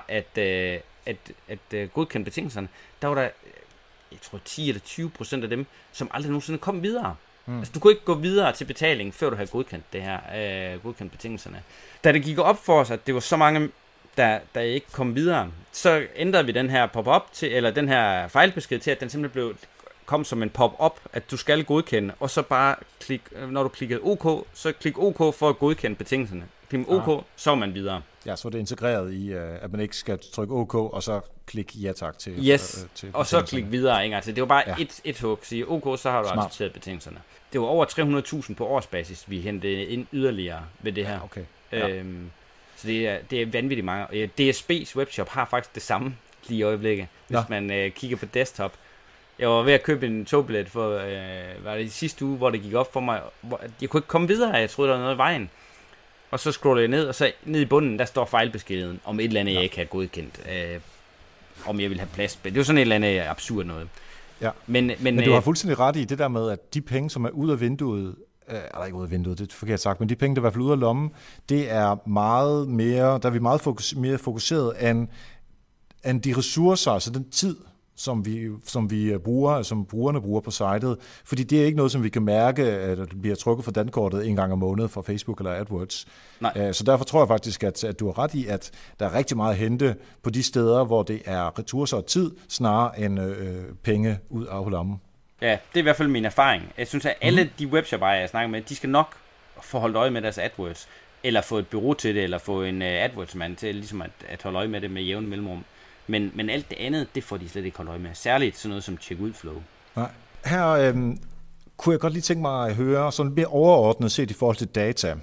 Speaker 1: at godkende betingelserne, der var der, jeg tror 10 eller 20% af dem, som aldrig nogensinde kom videre. Altså du kunne ikke gå videre til betaling, før du havde godkendt det her, godkendt betingelserne. Da det gik op for os, at det var så mange, der ikke kom videre, så ændrede vi den her pop-up til, eller den her fejlbesked til, at den simpelthen kom som en pop-up, at du skal godkende, og så bare når du klikkede OK, så klik OK for at godkende betingelserne. Klik OK, så er man videre.
Speaker 2: Ja, så er det integreret i, at man ikke skal trykke OK, og så klik ja tak til.
Speaker 1: Yes, til og så klik videre en gang til. Det var bare et hug. Sige OK, så har du accepteret betingelserne. Det var over 300.000 på årsbasis, vi hentede ind yderligere ved det her.
Speaker 2: Ja, okay.
Speaker 1: Så det er vanvittigt mange. DSB's webshop har faktisk det samme lige i øjeblikket, hvis man kigger på desktop. Jeg var ved at købe en togbillet for, var det i sidste uge, hvor det gik op for mig. Jeg kunne ikke komme videre, jeg troede, der var noget i vejen. Og så scroller jeg ned, og så ned i bunden, der står fejlbeskeden om et eller andet, jeg ikke har godkendt. Om jeg vil have plads. Det er jo sådan et eller andet absurd noget. Ja.
Speaker 2: Men du har fuldstændig ret i det der med, at de penge, som er ude af vinduet, eller ikke ude af vinduet, det er forkert sagt, men de penge, der er i hvert fald ude af lommen, det er meget mere, der er vi meget mere fokuseret end de ressourcer, altså den tid, som vi bruger, som brugerne bruger på sitet, fordi det er ikke noget, som vi kan mærke, at det bliver trukket fra dankortet en gang om måneden fra Facebook eller AdWords. Nej. Så derfor tror jeg faktisk, at du har ret i, at der er rigtig meget at hente på de steder, hvor det er ressourcer og tid, snarere end penge ud af lommen.
Speaker 1: Ja, det er i hvert fald min erfaring. Jeg synes, at alle de webshop-ejere, jeg snakker med, de skal nok få holdt øje med deres AdWords, eller få et bureau til det, eller få en AdWords-mand til ligesom at holde øje med det med jævne mellemrum. Men alt det andet, det får de slet ikke holdt øje med. Særligt sådan noget som check-out-flow.
Speaker 2: Nej. Her kunne jeg godt lige tænke mig at høre, sådan mere overordnet set i forhold til data.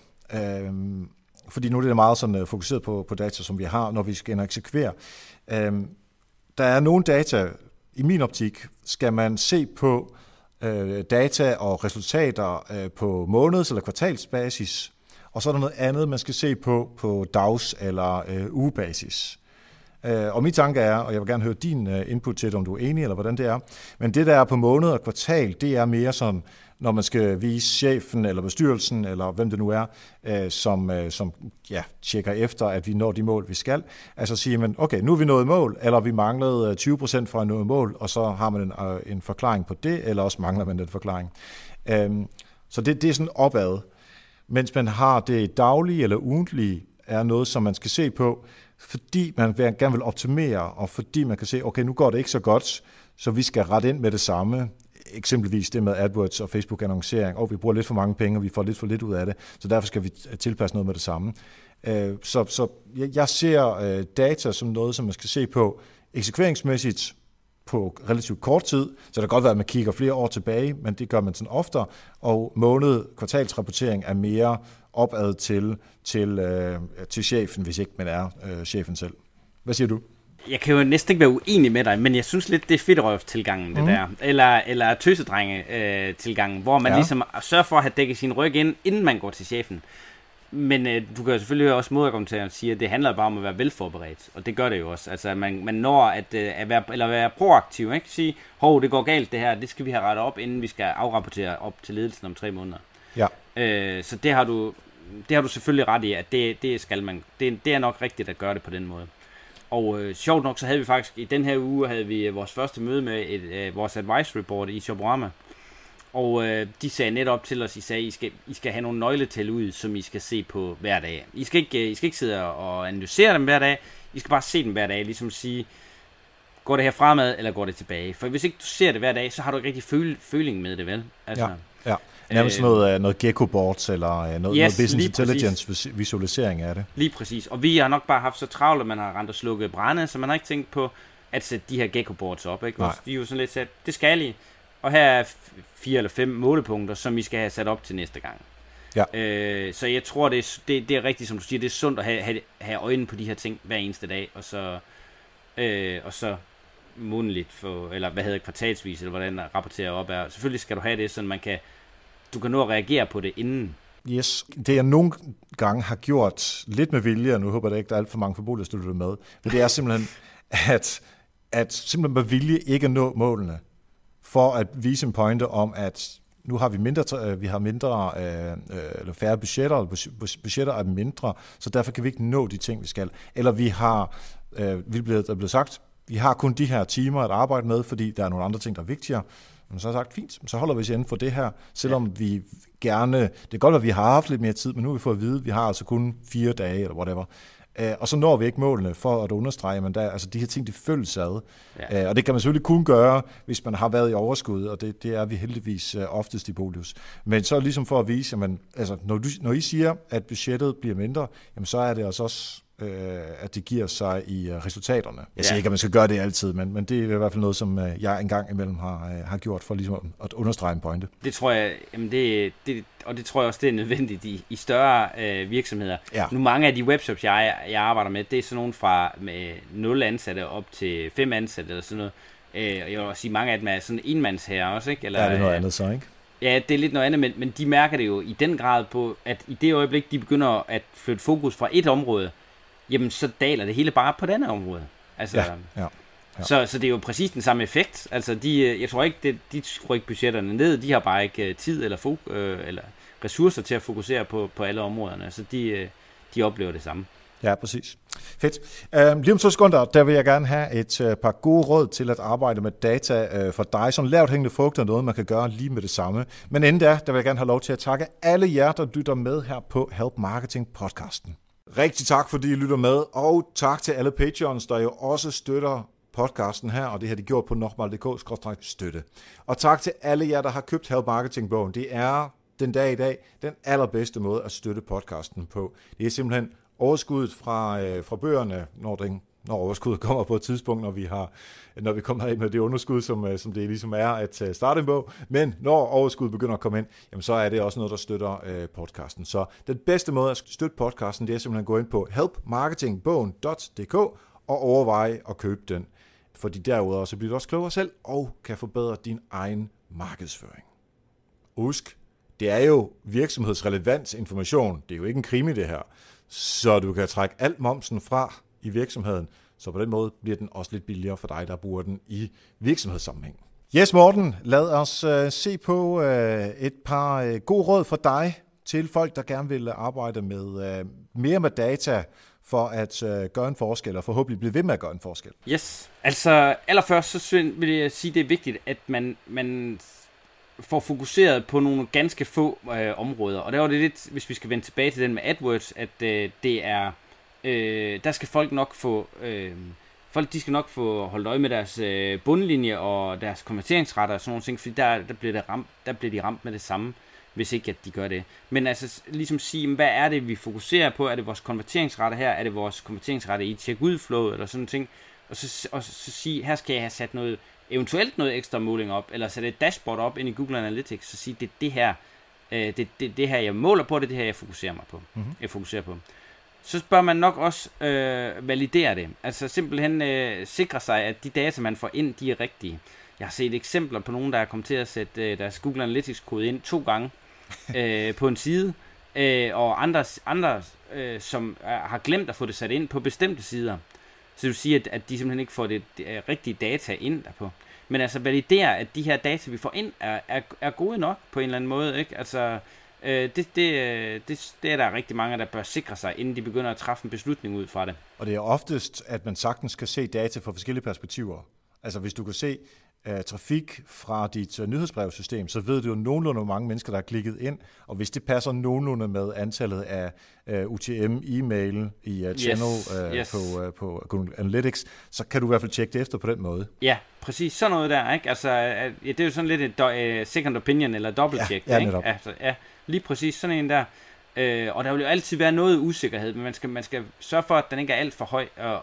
Speaker 2: Fordi nu er det meget sådan fokuseret på data, som vi har, når vi skal ind og eksekvere. Der er nogle data, i min optik, skal man se på data og resultater på måneds- eller kvartalsbasis. Og så er der noget andet, man skal se på dags- eller ugebasis. Og min tanke er, og jeg vil gerne høre din input til det, om du er enig, eller hvordan det er, men det der er på måned og kvartal, det er mere sådan, når man skal vise chefen eller bestyrelsen, eller hvem det nu er, som tjekker efter, at vi når de mål, vi skal. Altså siger man, okay, nu er vi nået mål, eller vi manglede 20% for at nå mål, og så har man en forklaring på det, eller også mangler man den forklaring. Så det er sådan opad. Mens man har det daglige eller ugentlige, er noget, som man skal se på, fordi man gerne vil optimere, og fordi man kan se, okay, nu går det ikke så godt, så vi skal rette ind med det samme. Eksempelvis det med AdWords og Facebook-annoncering. Vi bruger lidt for mange penge, og vi får lidt for lidt ud af det, så derfor skal vi tilpasse noget med det samme. Så jeg ser data som noget, som man skal se på eksekveringsmæssigt på relativt kort tid, så det kan godt være, at man kigger flere år tilbage, men det gør man sådan oftere, og kvartalsrapportering er mere opad til chefen, hvis ikke man er chefen selv. Hvad siger du?
Speaker 1: Jeg kan jo næsten ikke være uenig med dig, men jeg synes lidt, det er fedtrøv-tilgangen, det der. Eller tøsedrenge-tilgangen, hvor man ligesom sørger for at have dækket sin ryg ind, inden man går til chefen. Men du kan jo selvfølgelig også modargumentere og sige, at det handler bare om at være velforberedt, og det gør det jo også. Altså man når at være proaktiv, ikke? Sige, det går galt det her, det skal vi have rettet op, inden vi skal afrapportere op til ledelsen om 3 måneder. Ja. Så det har du selvfølgelig ret i, at det skal man. Det er nok rigtigt at gøre det på den måde. Og sjovt nok, så havde vi faktisk, i den her uge, havde vi vores første møde med vores advisory board i Shoporama. Og de sagde netop til os, I sagde, I skal have nogle nøgletal ud, som I skal se på hver dag. I skal ikke sidde og analysere dem hver dag, I skal bare se dem hver dag, ligesom sige, går det her fremad, eller går det tilbage? For hvis ikke du ser det hver dag, så har du ikke rigtig føling med det, vel? Altså,
Speaker 2: ja. Nærmest noget Gecko Boards, eller noget Business Intelligence visualisering af det.
Speaker 1: Lige præcis. Og vi har nok bare haft så travlt, at man har rendt og slukket brænde, så man har ikke tænkt på at sætte de her Gecko Boards op. Ikke? Vi er jo sådan lidt sat, det skal I. Og her er 4 eller 5 målepunkter, som I skal have sat op til næste gang. Ja. Så jeg tror, det er rigtigt, som du siger, det er sundt at have øjnene på de her ting hver eneste dag, og så månedligt, eller kvartalsvis, eller hvordan rapporterer op er. Selvfølgelig skal du have det, så du kan nå at reagere på det inden.
Speaker 2: Yes, det jeg nogle gange har gjort lidt med vilje, og nu håber jeg ikke, der er alt for mange forbrugere, der lytter med, men det er simpelthen, at simpelthen med vilje ikke at nå målene, for at vise en pointe om, at nu har vi mindre eller færre budgetter, eller budgetter er mindre, så derfor kan vi ikke nå de ting, vi skal. Eller der er blevet sagt, vi har kun de her timer at arbejde med, fordi der er nogle andre ting, der er vigtigere. Men så har jeg sagt, fint, så holder vi os inden for det her, selvom vi gerne, det er godt, at vi har haft lidt mere tid, men nu har vi fået at vide, at vi har altså kun 4 dage, eller whatever. Og så når vi ikke målene for at understrege, men de her ting, de følges ad. Ja. Og det kan man selvfølgelig kun gøre, hvis man har været i overskud, og det er vi heldigvis oftest i Bolius. Men så ligesom for at vise, at når I siger, at budgettet bliver mindre, jamen så er det også at det giver sig i resultaterne. Jeg siger ikke, at man skal gøre det altid, men det er i hvert fald noget, som jeg engang imellem har gjort for ligesom at understrege en pointe.
Speaker 1: Det tror jeg, og det tror jeg også, det er nødvendigt i større virksomheder. Ja. Nu mange af de webshops, jeg arbejder med, det er sådan nogle fra med 0 ansatte op til 5 ansatte eller sådan noget. Jeg vil også sige, mange af dem er sådan enmandsherrer også, ikke? Eller,
Speaker 2: det er noget andet så, ikke?
Speaker 1: Ja, det er lidt noget andet, men de mærker det jo i den grad på, at i det øjeblik, de begynder at flytte fokus fra et område, jamen så daler det hele bare på et andet område. Altså, ja. Så det er jo præcis den samme effekt. Altså, jeg tror ikke, de skruer ikke budgetterne ned, de har bare ikke tid eller eller ressourcer til at fokusere på alle områderne, så de oplever det samme.
Speaker 2: Ja, præcis. Fedt. Lige om 2 sekunder, der vil jeg gerne have et par gode råd til at arbejde med data for dig. Sådan lavt hængende frugt er noget, man kan gøre lige med det samme. Men inden der vil jeg gerne have lov til at takke alle jer, der lytter med her på Help Marketing podcasten. Rigtig tak, fordi I lytter med, og tak til alle Patreons, der jo også støtter podcasten her, og det har de gjort på nokmal.dk/støtte. Og tak til alle jer, der har købt Help Marketing-bogen. Det er den dag i dag den allerbedste måde at støtte podcasten på. Det er simpelthen overskuddet fra bøgerne, når overskuddet kommer på et tidspunkt, når vi kommer af med det underskud, som det ligesom er at starte en bog. Men når overskuddet begynder at komme ind, jamen så er det også noget, der støtter podcasten. Så den bedste måde at støtte podcasten, det er simpelthen at gå ind på helpmarketingbogen.dk og overveje at købe den. Fordi derudover så bliver du også klogere selv og kan forbedre din egen markedsføring. Husk, det er jo virksomhedsrelevant information. Det er jo ikke en krimi det her. Så du kan trække alt momsen fra i virksomheden, så på den måde bliver den også lidt billigere for dig, der bruger den i virksomhedssammenhæng. Yes, Morten, lad os se på et par gode råd for dig til folk, der gerne vil arbejde med mere med data for at gøre en forskel, og forhåbentlig blive ved med at gøre en forskel.
Speaker 1: Yes, altså allerførst så vil jeg sige, det er vigtigt, at man får fokuseret på nogle ganske få områder. Og der var det lidt, hvis vi skal vende tilbage til den med AdWords, at det er, der skal folk nok få, de skal nok få holdt øje med deres bundlinje og deres konverteringsretter og sådan nogle ting, fordi der bliver de ramt med det samme, hvis ikke at de gør det. Men altså ligesom sige, hvad er det, vi fokuserer på? Er det vores konverteringsretter her? Er det vores konverteringsretter i check-ud-flow eller sådan ting? Og så sige, her skal jeg have sat eventuelt noget ekstra måling op, eller sætte et dashboard op ind i Google Analytics, så sige, det er det her, det her, jeg måler på, det er det her, jeg fokuserer på. Mm-hmm. Jeg fokuserer på. Så bør man nok også validere det. Altså simpelthen sikre sig, at de data, man får ind, de er rigtige. Jeg har set eksempler på nogen, der er kommet til at sætte deres Google Analytics-kode ind 2 gange på en side, og andre som har glemt at få det sat ind på bestemte sider. Så det vil sige, at de simpelthen ikke får det rigtige data ind derpå. Men altså validere, at de her data, vi får ind, er gode nok på en eller anden måde. Ikke? Altså Det er der rigtig mange, der bør sikre sig, inden de begynder at træffe en beslutning ud fra det.
Speaker 2: Og det er oftest, at man sagtens kan se data fra forskellige perspektiver. Altså hvis du kan se trafik fra dit nyhedsbrevsystem, så ved du jo nogenlunde, hvor mange mennesker, der har klikket ind, og hvis det passer nogenlunde med antallet af UTM-e-mail i channel på Google Analytics, så kan du i hvert fald tjekke det efter på den måde.
Speaker 1: Ja, præcis. Sådan noget der, ikke? Altså, det er jo sådan lidt et second opinion eller dobbelt-check, ikke? Altså, ja, lige præcis sådan en der. Og der vil jo altid være noget usikkerhed, men man skal sørge for, at den ikke er alt for høj,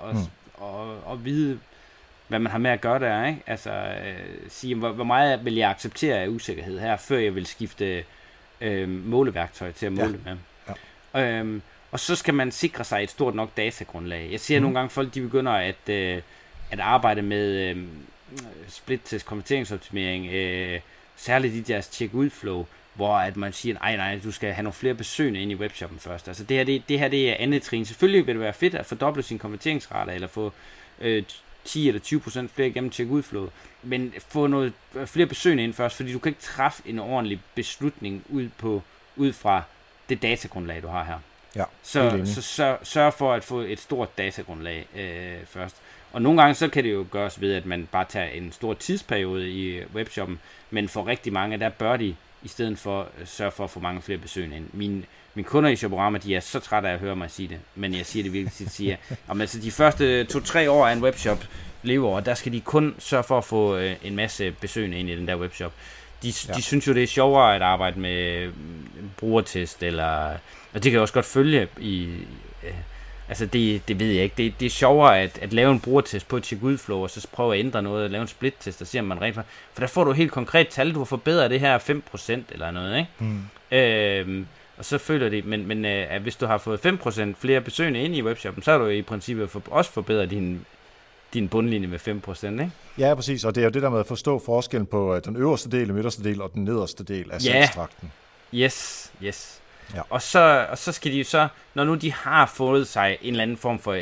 Speaker 1: og vide, hvad man har med at gøre der, ikke? Altså, sige, hvor meget vil jeg acceptere af usikkerhed her, før jeg vil skifte måleværktøj til at måle med. Ja. Og så skal man sikre sig et stort nok datagrundlag. Jeg ser nogle gange folk, de begynder at arbejde med split-test konverteringsoptimering, særligt i deres check-ud-flow, hvor at man siger, nej, du skal have nogle flere besøgende ind i webshoppen først. Altså det her det er andet trin. Selvfølgelig vil det være fedt at fordoble sin konverteringsrate, eller få 10 eller 20% flere igennem check-ud-flowet, men få noget flere besøgende ind først, fordi du kan ikke træffe en ordentlig beslutning ud fra det datagrundlag, du har her.
Speaker 2: Ja,
Speaker 1: så sørg for at få et stort datagrundlag først. Og nogle gange så kan det jo gøres ved, at man bare tager en stor tidsperiode i webshoppen, men for rigtig mange, der bør de i stedet for sørge for at få mange flere besøgende ind. Mine kunder i Shopperama, de er så trætte af at høre mig sige det, men jeg siger det virkelig tit, siger, altså de første 2-3 år af en webshop leveår, der skal de kun sørge for at få en masse besøgende ind i den der webshop. De synes jo, det er sjovere at arbejde med brugertest, og det kan jeg også godt følge i... Altså det ved jeg ikke. Det er sjovere at lave en brugertest på et check-ud-flow, og så prøve at ændre noget, lave en split-test, og se om man rent for der får du helt konkret tal, du har forbedret det her 5% eller noget, ikke? Og så føler det, men at hvis du har fået 5% flere besøgende ind i webshoppen, så har du i princippet også forbedret din bundlinje med 5%, ikke? Ja,
Speaker 2: præcis, og det er jo det der med at forstå forskellen på den øverste del, den midterste del og den nederste del af salgstrakten.
Speaker 1: Yes. Ja. Og så skal de jo så, når nu de har fået sig en eller anden form for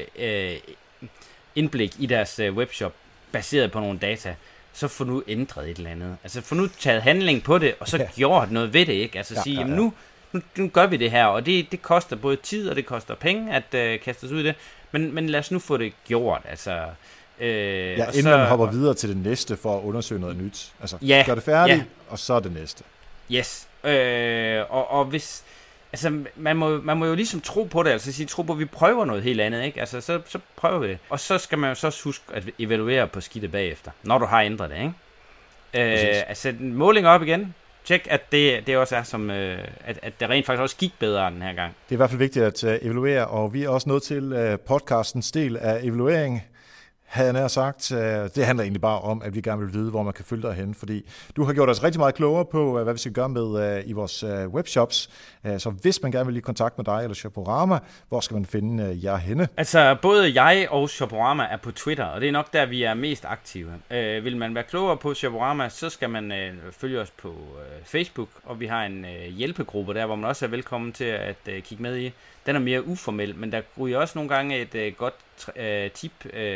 Speaker 1: indblik i deres webshop, baseret på nogle data, så får nu ændret et eller andet. Altså få nu taget handling på det, og så gjort noget ved det, ikke? Altså sige, jamen nu gør vi det her, og det koster både tid, og det koster penge at kaste os ud i det, men lad os nu få det gjort, altså...
Speaker 2: inden man hopper videre til det næste for at undersøge noget nyt. Altså, gør det færdigt, og så det næste.
Speaker 1: Yes. Og hvis... Altså, man må jo ligesom tro på det, altså sige, tro på, at vi prøver noget helt andet, ikke? Altså, så prøver vi det. Og så skal man jo så huske at evaluere på skidtet bagefter, når du har ændret det, ikke? Altså, måling op igen. Tjek, at det også er som, at det rent faktisk også gik bedre den her gang.
Speaker 2: Det er i hvert fald vigtigt at evaluere, og vi er også nået til podcastens del af evaluering. Havde jeg nær sagt, det handler egentlig bare om, at vi gerne vil vide, hvor man kan følge dig hen, fordi du har gjort os rigtig meget klogere på, hvad vi skal gøre med i vores webshops. Så hvis man gerne vil i kontakt med dig eller Shopperama, hvor skal man finde jer henne?
Speaker 1: Altså, både jeg og Shopperama er på Twitter, og det er nok der, vi er mest aktive. Vil man være klogere på Shopperama, så skal man følge os på Facebook, og vi har en hjælpegruppe der, hvor man også er velkommen til at kigge med i. Den er mere uformel, men der ryger også nogle gange et godt tip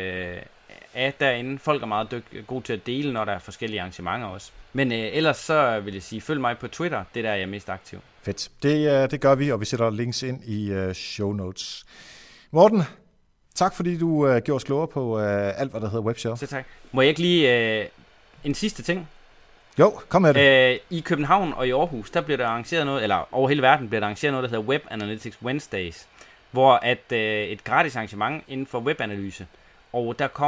Speaker 1: af derinde. Folk er meget gode til at dele, når der er forskellige arrangementer også. Men ellers så vil jeg sige, følg mig på Twitter. Det der, jeg er mest aktiv.
Speaker 2: Fedt. Det gør vi, og vi sætter links ind i show notes. Morten, tak fordi du gjorde os klogere på alt, hvad der hedder webshop.
Speaker 1: Så tak. Må jeg ikke lige en sidste ting?
Speaker 2: Jo, kom med det.
Speaker 1: I København og i Aarhus, der bliver der arrangeret noget, eller over hele verden bliver der arrangeret noget, der hedder Web Analytics Wednesdays, hvor at et gratis arrangement inden for webanalyse, og der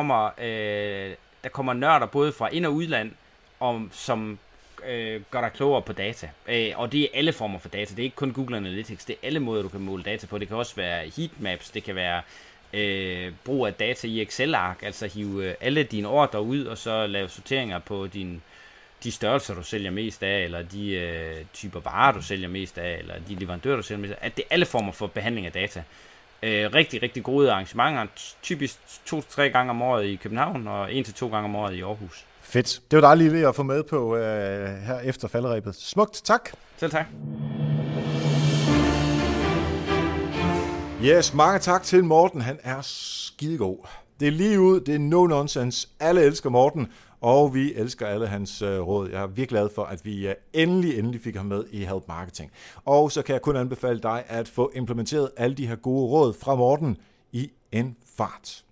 Speaker 1: kommer nørder både fra ind- og udland, som gør dig klogere på data. Og det er alle former for data, det er ikke kun Google Analytics, det er alle måder, du kan måle data på. Det kan også være heatmaps, det kan være brug af data i Excel-ark, altså hive alle dine ordre ud, og så lave sorteringer på de størrelser, du sælger mest af, eller de typer varer, du sælger mest af, eller de leverandører, du sælger mest af, at det er alle former for behandling af data. Rigtig, rigtig gode arrangementer, typisk 2-3 gange om året i København, og 1-2 gange om året i Aarhus.
Speaker 2: Fedt. Det var dejligt lige at få med på her efter falderebet. Smukt, tak.
Speaker 1: Selv tak.
Speaker 2: Yes, mange tak til Morten. Han er skidegod. Det er lige ud, det er no nonsense. Alle elsker Morten. og vi elsker alle hans råd. Jeg er virkelig glad for, at vi endelig fik ham med i Help Marketing. Og så kan jeg kun anbefale dig at få implementeret alle de her gode råd fra Morten i en fart.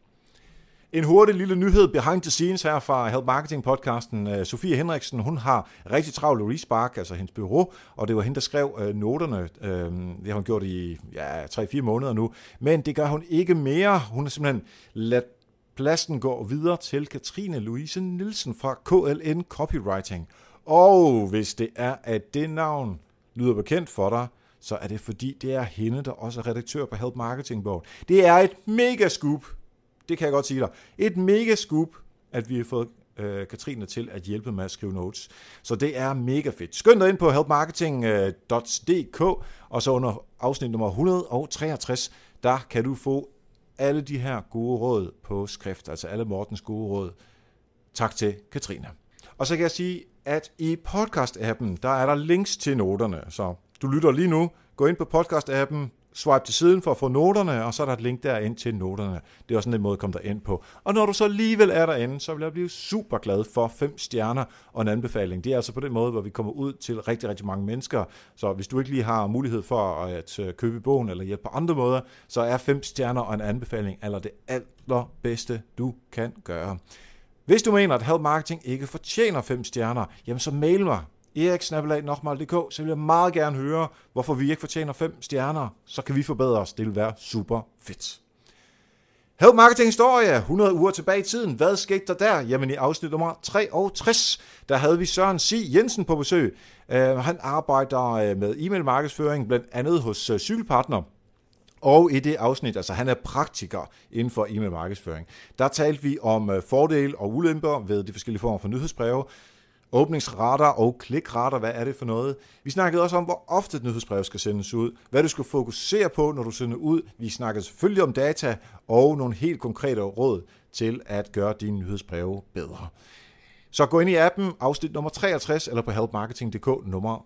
Speaker 2: En hurtig lille nyhed behind the scenes her fra Help Marketing podcasten. Sofie Henriksen, hun har rigtig travlt i Respark, altså hendes bureau, og det var hende, der skrev noterne. Det har hun gjort i 3-4 måneder nu, men det gør hun ikke mere. Hun har simpelthen ladt pladsen gå videre til Katrine Louise Nielsen fra KLN Copywriting. Og hvis det er, at det navn lyder bekendt for dig, så er det fordi, det er hende, der også er redaktør på Help Marketing-bogen. Det er et mega scoop. Det kan jeg godt sige dig. Et mega scoop, at vi har fået Katrine til at hjælpe med at skrive notes. Så det er mega fedt. Skynd dig ind på helpmarketing.dk, og så under afsnit nummer 163, der kan du få alle de her gode råd på skrift, altså alle Mortens gode råd. Tak til Katrine. Og så kan jeg sige, at i podcast-appen, der er der links til noterne. Så du lytter lige nu, gå ind på podcast-appen, swipe til siden for at få noterne, og så er der et link derind til noterne. Det er også en måde at komme derind på. Og når du så alligevel er derinde, så vil jeg blive super glad for 5 stjerner og en anbefaling. Det er altså på den måde, hvor vi kommer ud til rigtig, rigtig mange mennesker. Så hvis du ikke lige har mulighed for at købe bogen eller hjælpe på andre måder, så er 5 stjerner og en anbefaling eller det allerbedste, du kan gøre. Hvis du mener, at Help Marketing ikke fortjener 5 stjerner, jamen så mail mig. erik@nokmal.dk, så vil jeg meget gerne høre, hvorfor vi ikke fortjener 5 stjerner. Så kan vi forbedre os. Det vil være super fedt. Help Marketing historie, 100 uger tilbage i tiden. Hvad skete der der? Jamen i afsnit nummer 63, der havde vi Søren C. Jensen på besøg. Han arbejder med e-mail markedsføring, blandt andet hos Cykelpartner. Og i det afsnit, altså han er praktiker inden for e-mail markedsføring, der talte vi om fordele og ulemper ved de forskellige former for nyhedsbreve, åbningsrater og klikrater, hvad er det for noget? Vi snakkede også om, hvor ofte et nyhedsbrev skal sendes ud, hvad du skal fokusere på, når du sender ud. Vi snakkede selvfølgelig om data og nogle helt konkrete råd til at gøre dine nyhedsbreve bedre. Så gå ind i appen, afsnit nummer 63, eller på helpmarketing.dk nummer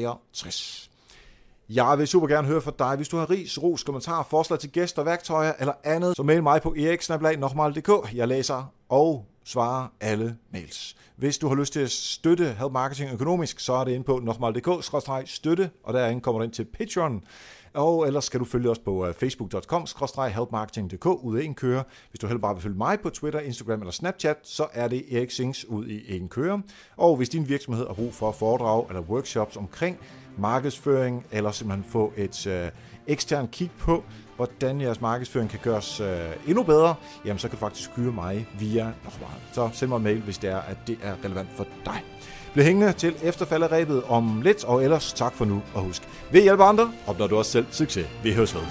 Speaker 2: 63. Jeg vil super gerne høre fra dig. Hvis du har ris, ros, kommentarer, forslag til gæster, værktøjer eller andet, så mail mig på erik@nokmal.dk. Jeg læser og svarer alle mails. Hvis du har lyst til at støtte Help Marketing økonomisk, så er det inde på nokmal.dk/støtte, og derinde kommer du ind til Patreon. Og ellers skal du følge os på facebook.com/helpmarketing.dk ud i en køre. Hvis du heller bare vil følge mig på Twitter, Instagram eller Snapchat, så er det Erik Sings ud i en køre. Og hvis din virksomhed har brug for foredrag eller workshops omkring markedsføring, eller simpelthen få et ekstern kig på, hvordan jeres markedsføring kan gøres endnu bedre, jamen så kan du faktisk hyre mig via Nokmal. Så send mig en mail, hvis det er, at det er relevant for dig. Bliv hængende til efterfalderebet om lidt, og ellers tak for nu, og husk, ved hjælpe andre, opnår du også selv succes. Vi høres ved.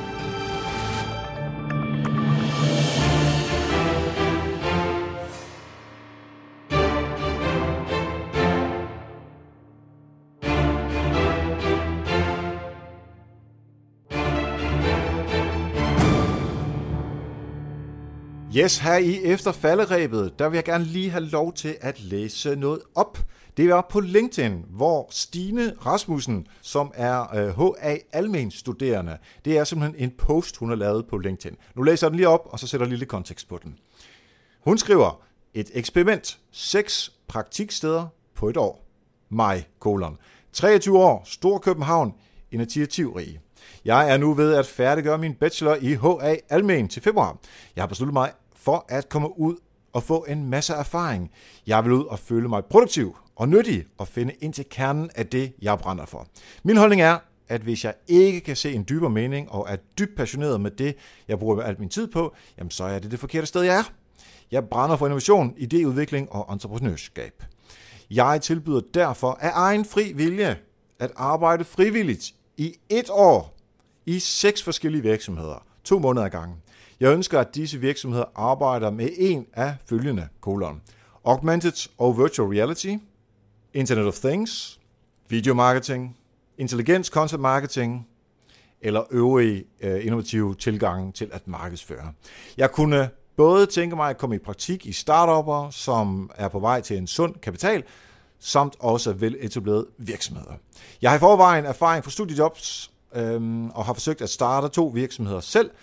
Speaker 2: Yes, her i efterfalderebet, der vil jeg gerne lige have lov til at læse noget op. Det er på LinkedIn, hvor Stine Rasmussen, som er HA Almen studerende, det er simpelthen en post, hun har lavet på LinkedIn. Nu læser jeg den lige op, og så sætter jeg lille kontekst på den. Hun skriver, et eksperiment, 6 praktiksteder på et år. Mig, 23 år, Storkøbenhavn, initiativrig. Jeg er nu ved at færdiggøre min bachelor i HA Almen til februar. Jeg har besluttet mig for at komme ud og få en masse erfaring. Jeg vil ud og føle mig produktiv og nyttig og finde ind til kernen af det, jeg brænder for. Min holdning er, at hvis jeg ikke kan se en dybere mening og er dybt passioneret med det, jeg bruger alt min tid på, jamen så er det forkerte sted, jeg er. Jeg brænder for innovation, idéudvikling og entreprenørskab. Jeg tilbyder derfor af egen fri vilje at arbejde frivilligt i 1 år i 6 forskellige virksomheder, 2 måneder ad gangen. Jeg ønsker, at disse virksomheder arbejder med en af følgende : augmented og virtual reality, Internet of Things, video marketing, intelligent content marketing eller øvrige innovative tilgange til at markedsføre. Jeg kunne både tænke mig at komme i praktik i startupper, som er på vej til en sund kapital, samt også veletablerede virksomheder. Jeg har i forvejen erfaring fra studiejobs og har forsøgt at starte 2 virksomheder selv,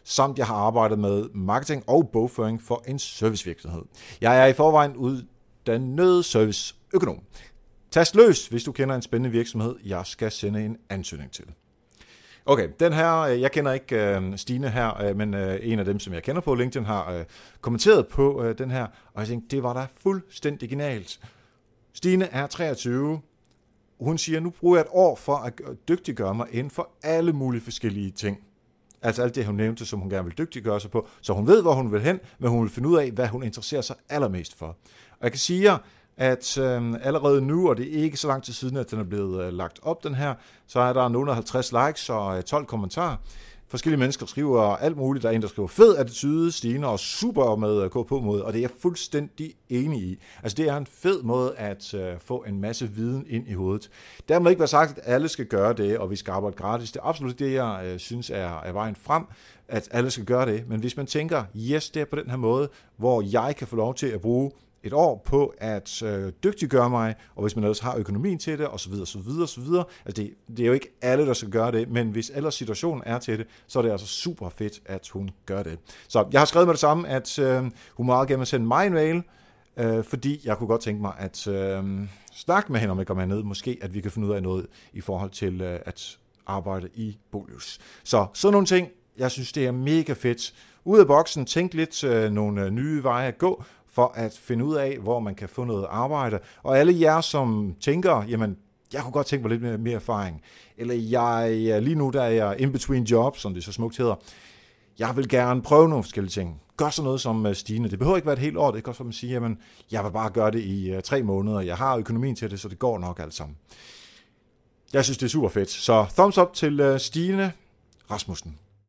Speaker 2: samt jeg har arbejdet med marketing og bogføring for en servicevirksomhed. Jeg er i forvejen uddannet serviceøkonom. Tast løs, hvis du kender en spændende virksomhed, jeg skal sende en ansøgning til. Okay, den her, jeg kender ikke Stine her, men en af dem, som jeg kender på LinkedIn, har kommenteret på den her, og jeg tænkte, det var da fuldstændig genialt. Stine er 23. Hun siger, nu bruger jeg et år for at dygtiggøre mig inden for alle mulige forskellige ting. Altså alt det, hun nævnte, som hun gerne vil dygtiggøre sig på, så hun ved, hvor hun vil hen, men hun vil finde ud af, hvad hun interesserer sig allermest for. Og jeg kan sige, at allerede nu, og det er ikke så lang tid siden, at den er blevet lagt op, den her, så er der nogle 50 likes og 12 kommentarer. Forskellige mennesker skriver alt muligt. Der er en, der skriver fed attitude, Stine, og super med at gå på mod, og det er jeg fuldstændig enig i. Altså det er en fed måde at få en masse viden ind i hovedet. Dermed ikke være sagt, at alle skal gøre det, og vi skal arbejde gratis. Det er absolut det, jeg synes er vejen frem, at alle skal gøre det. Men hvis man tænker, yes, det er på den her måde, hvor jeg kan få lov til at bruge et år på at dygtiggøre mig, og hvis man ellers har økonomien til det, osv. Altså det er jo ikke alle, der skal gøre det, men hvis ellers situationen er til det, så er det altså super fedt, at hun gør det. Så jeg har skrevet med det samme, at hun meget gerne vil sende mig en mail, fordi jeg kunne godt tænke mig at snakke med hende, om jeg kommer herned, måske at vi kan finde ud af noget i forhold til at arbejde i Bolivs. Så sådan nogle ting, jeg synes, det er mega fedt. Ud af boksen, tænk lidt nogle nye veje at gå, for at finde ud af, hvor man kan få noget arbejde. Og alle jer, som tænker, jamen, jeg kunne godt tænke mig lidt mere erfaring, eller lige nu, der er jeg in between jobs, som det så smukt hedder, jeg vil gerne prøve nogle forskellige ting. Gør så noget som Stine. Det behøver ikke være et helt år, det kan også være, man siger, jamen, jeg vil bare gøre det i 3 måneder, jeg har økonomien til det, så det går nok alt sammen. Jeg synes, det er super fedt. Så thumbs up til Stine Rasmussen.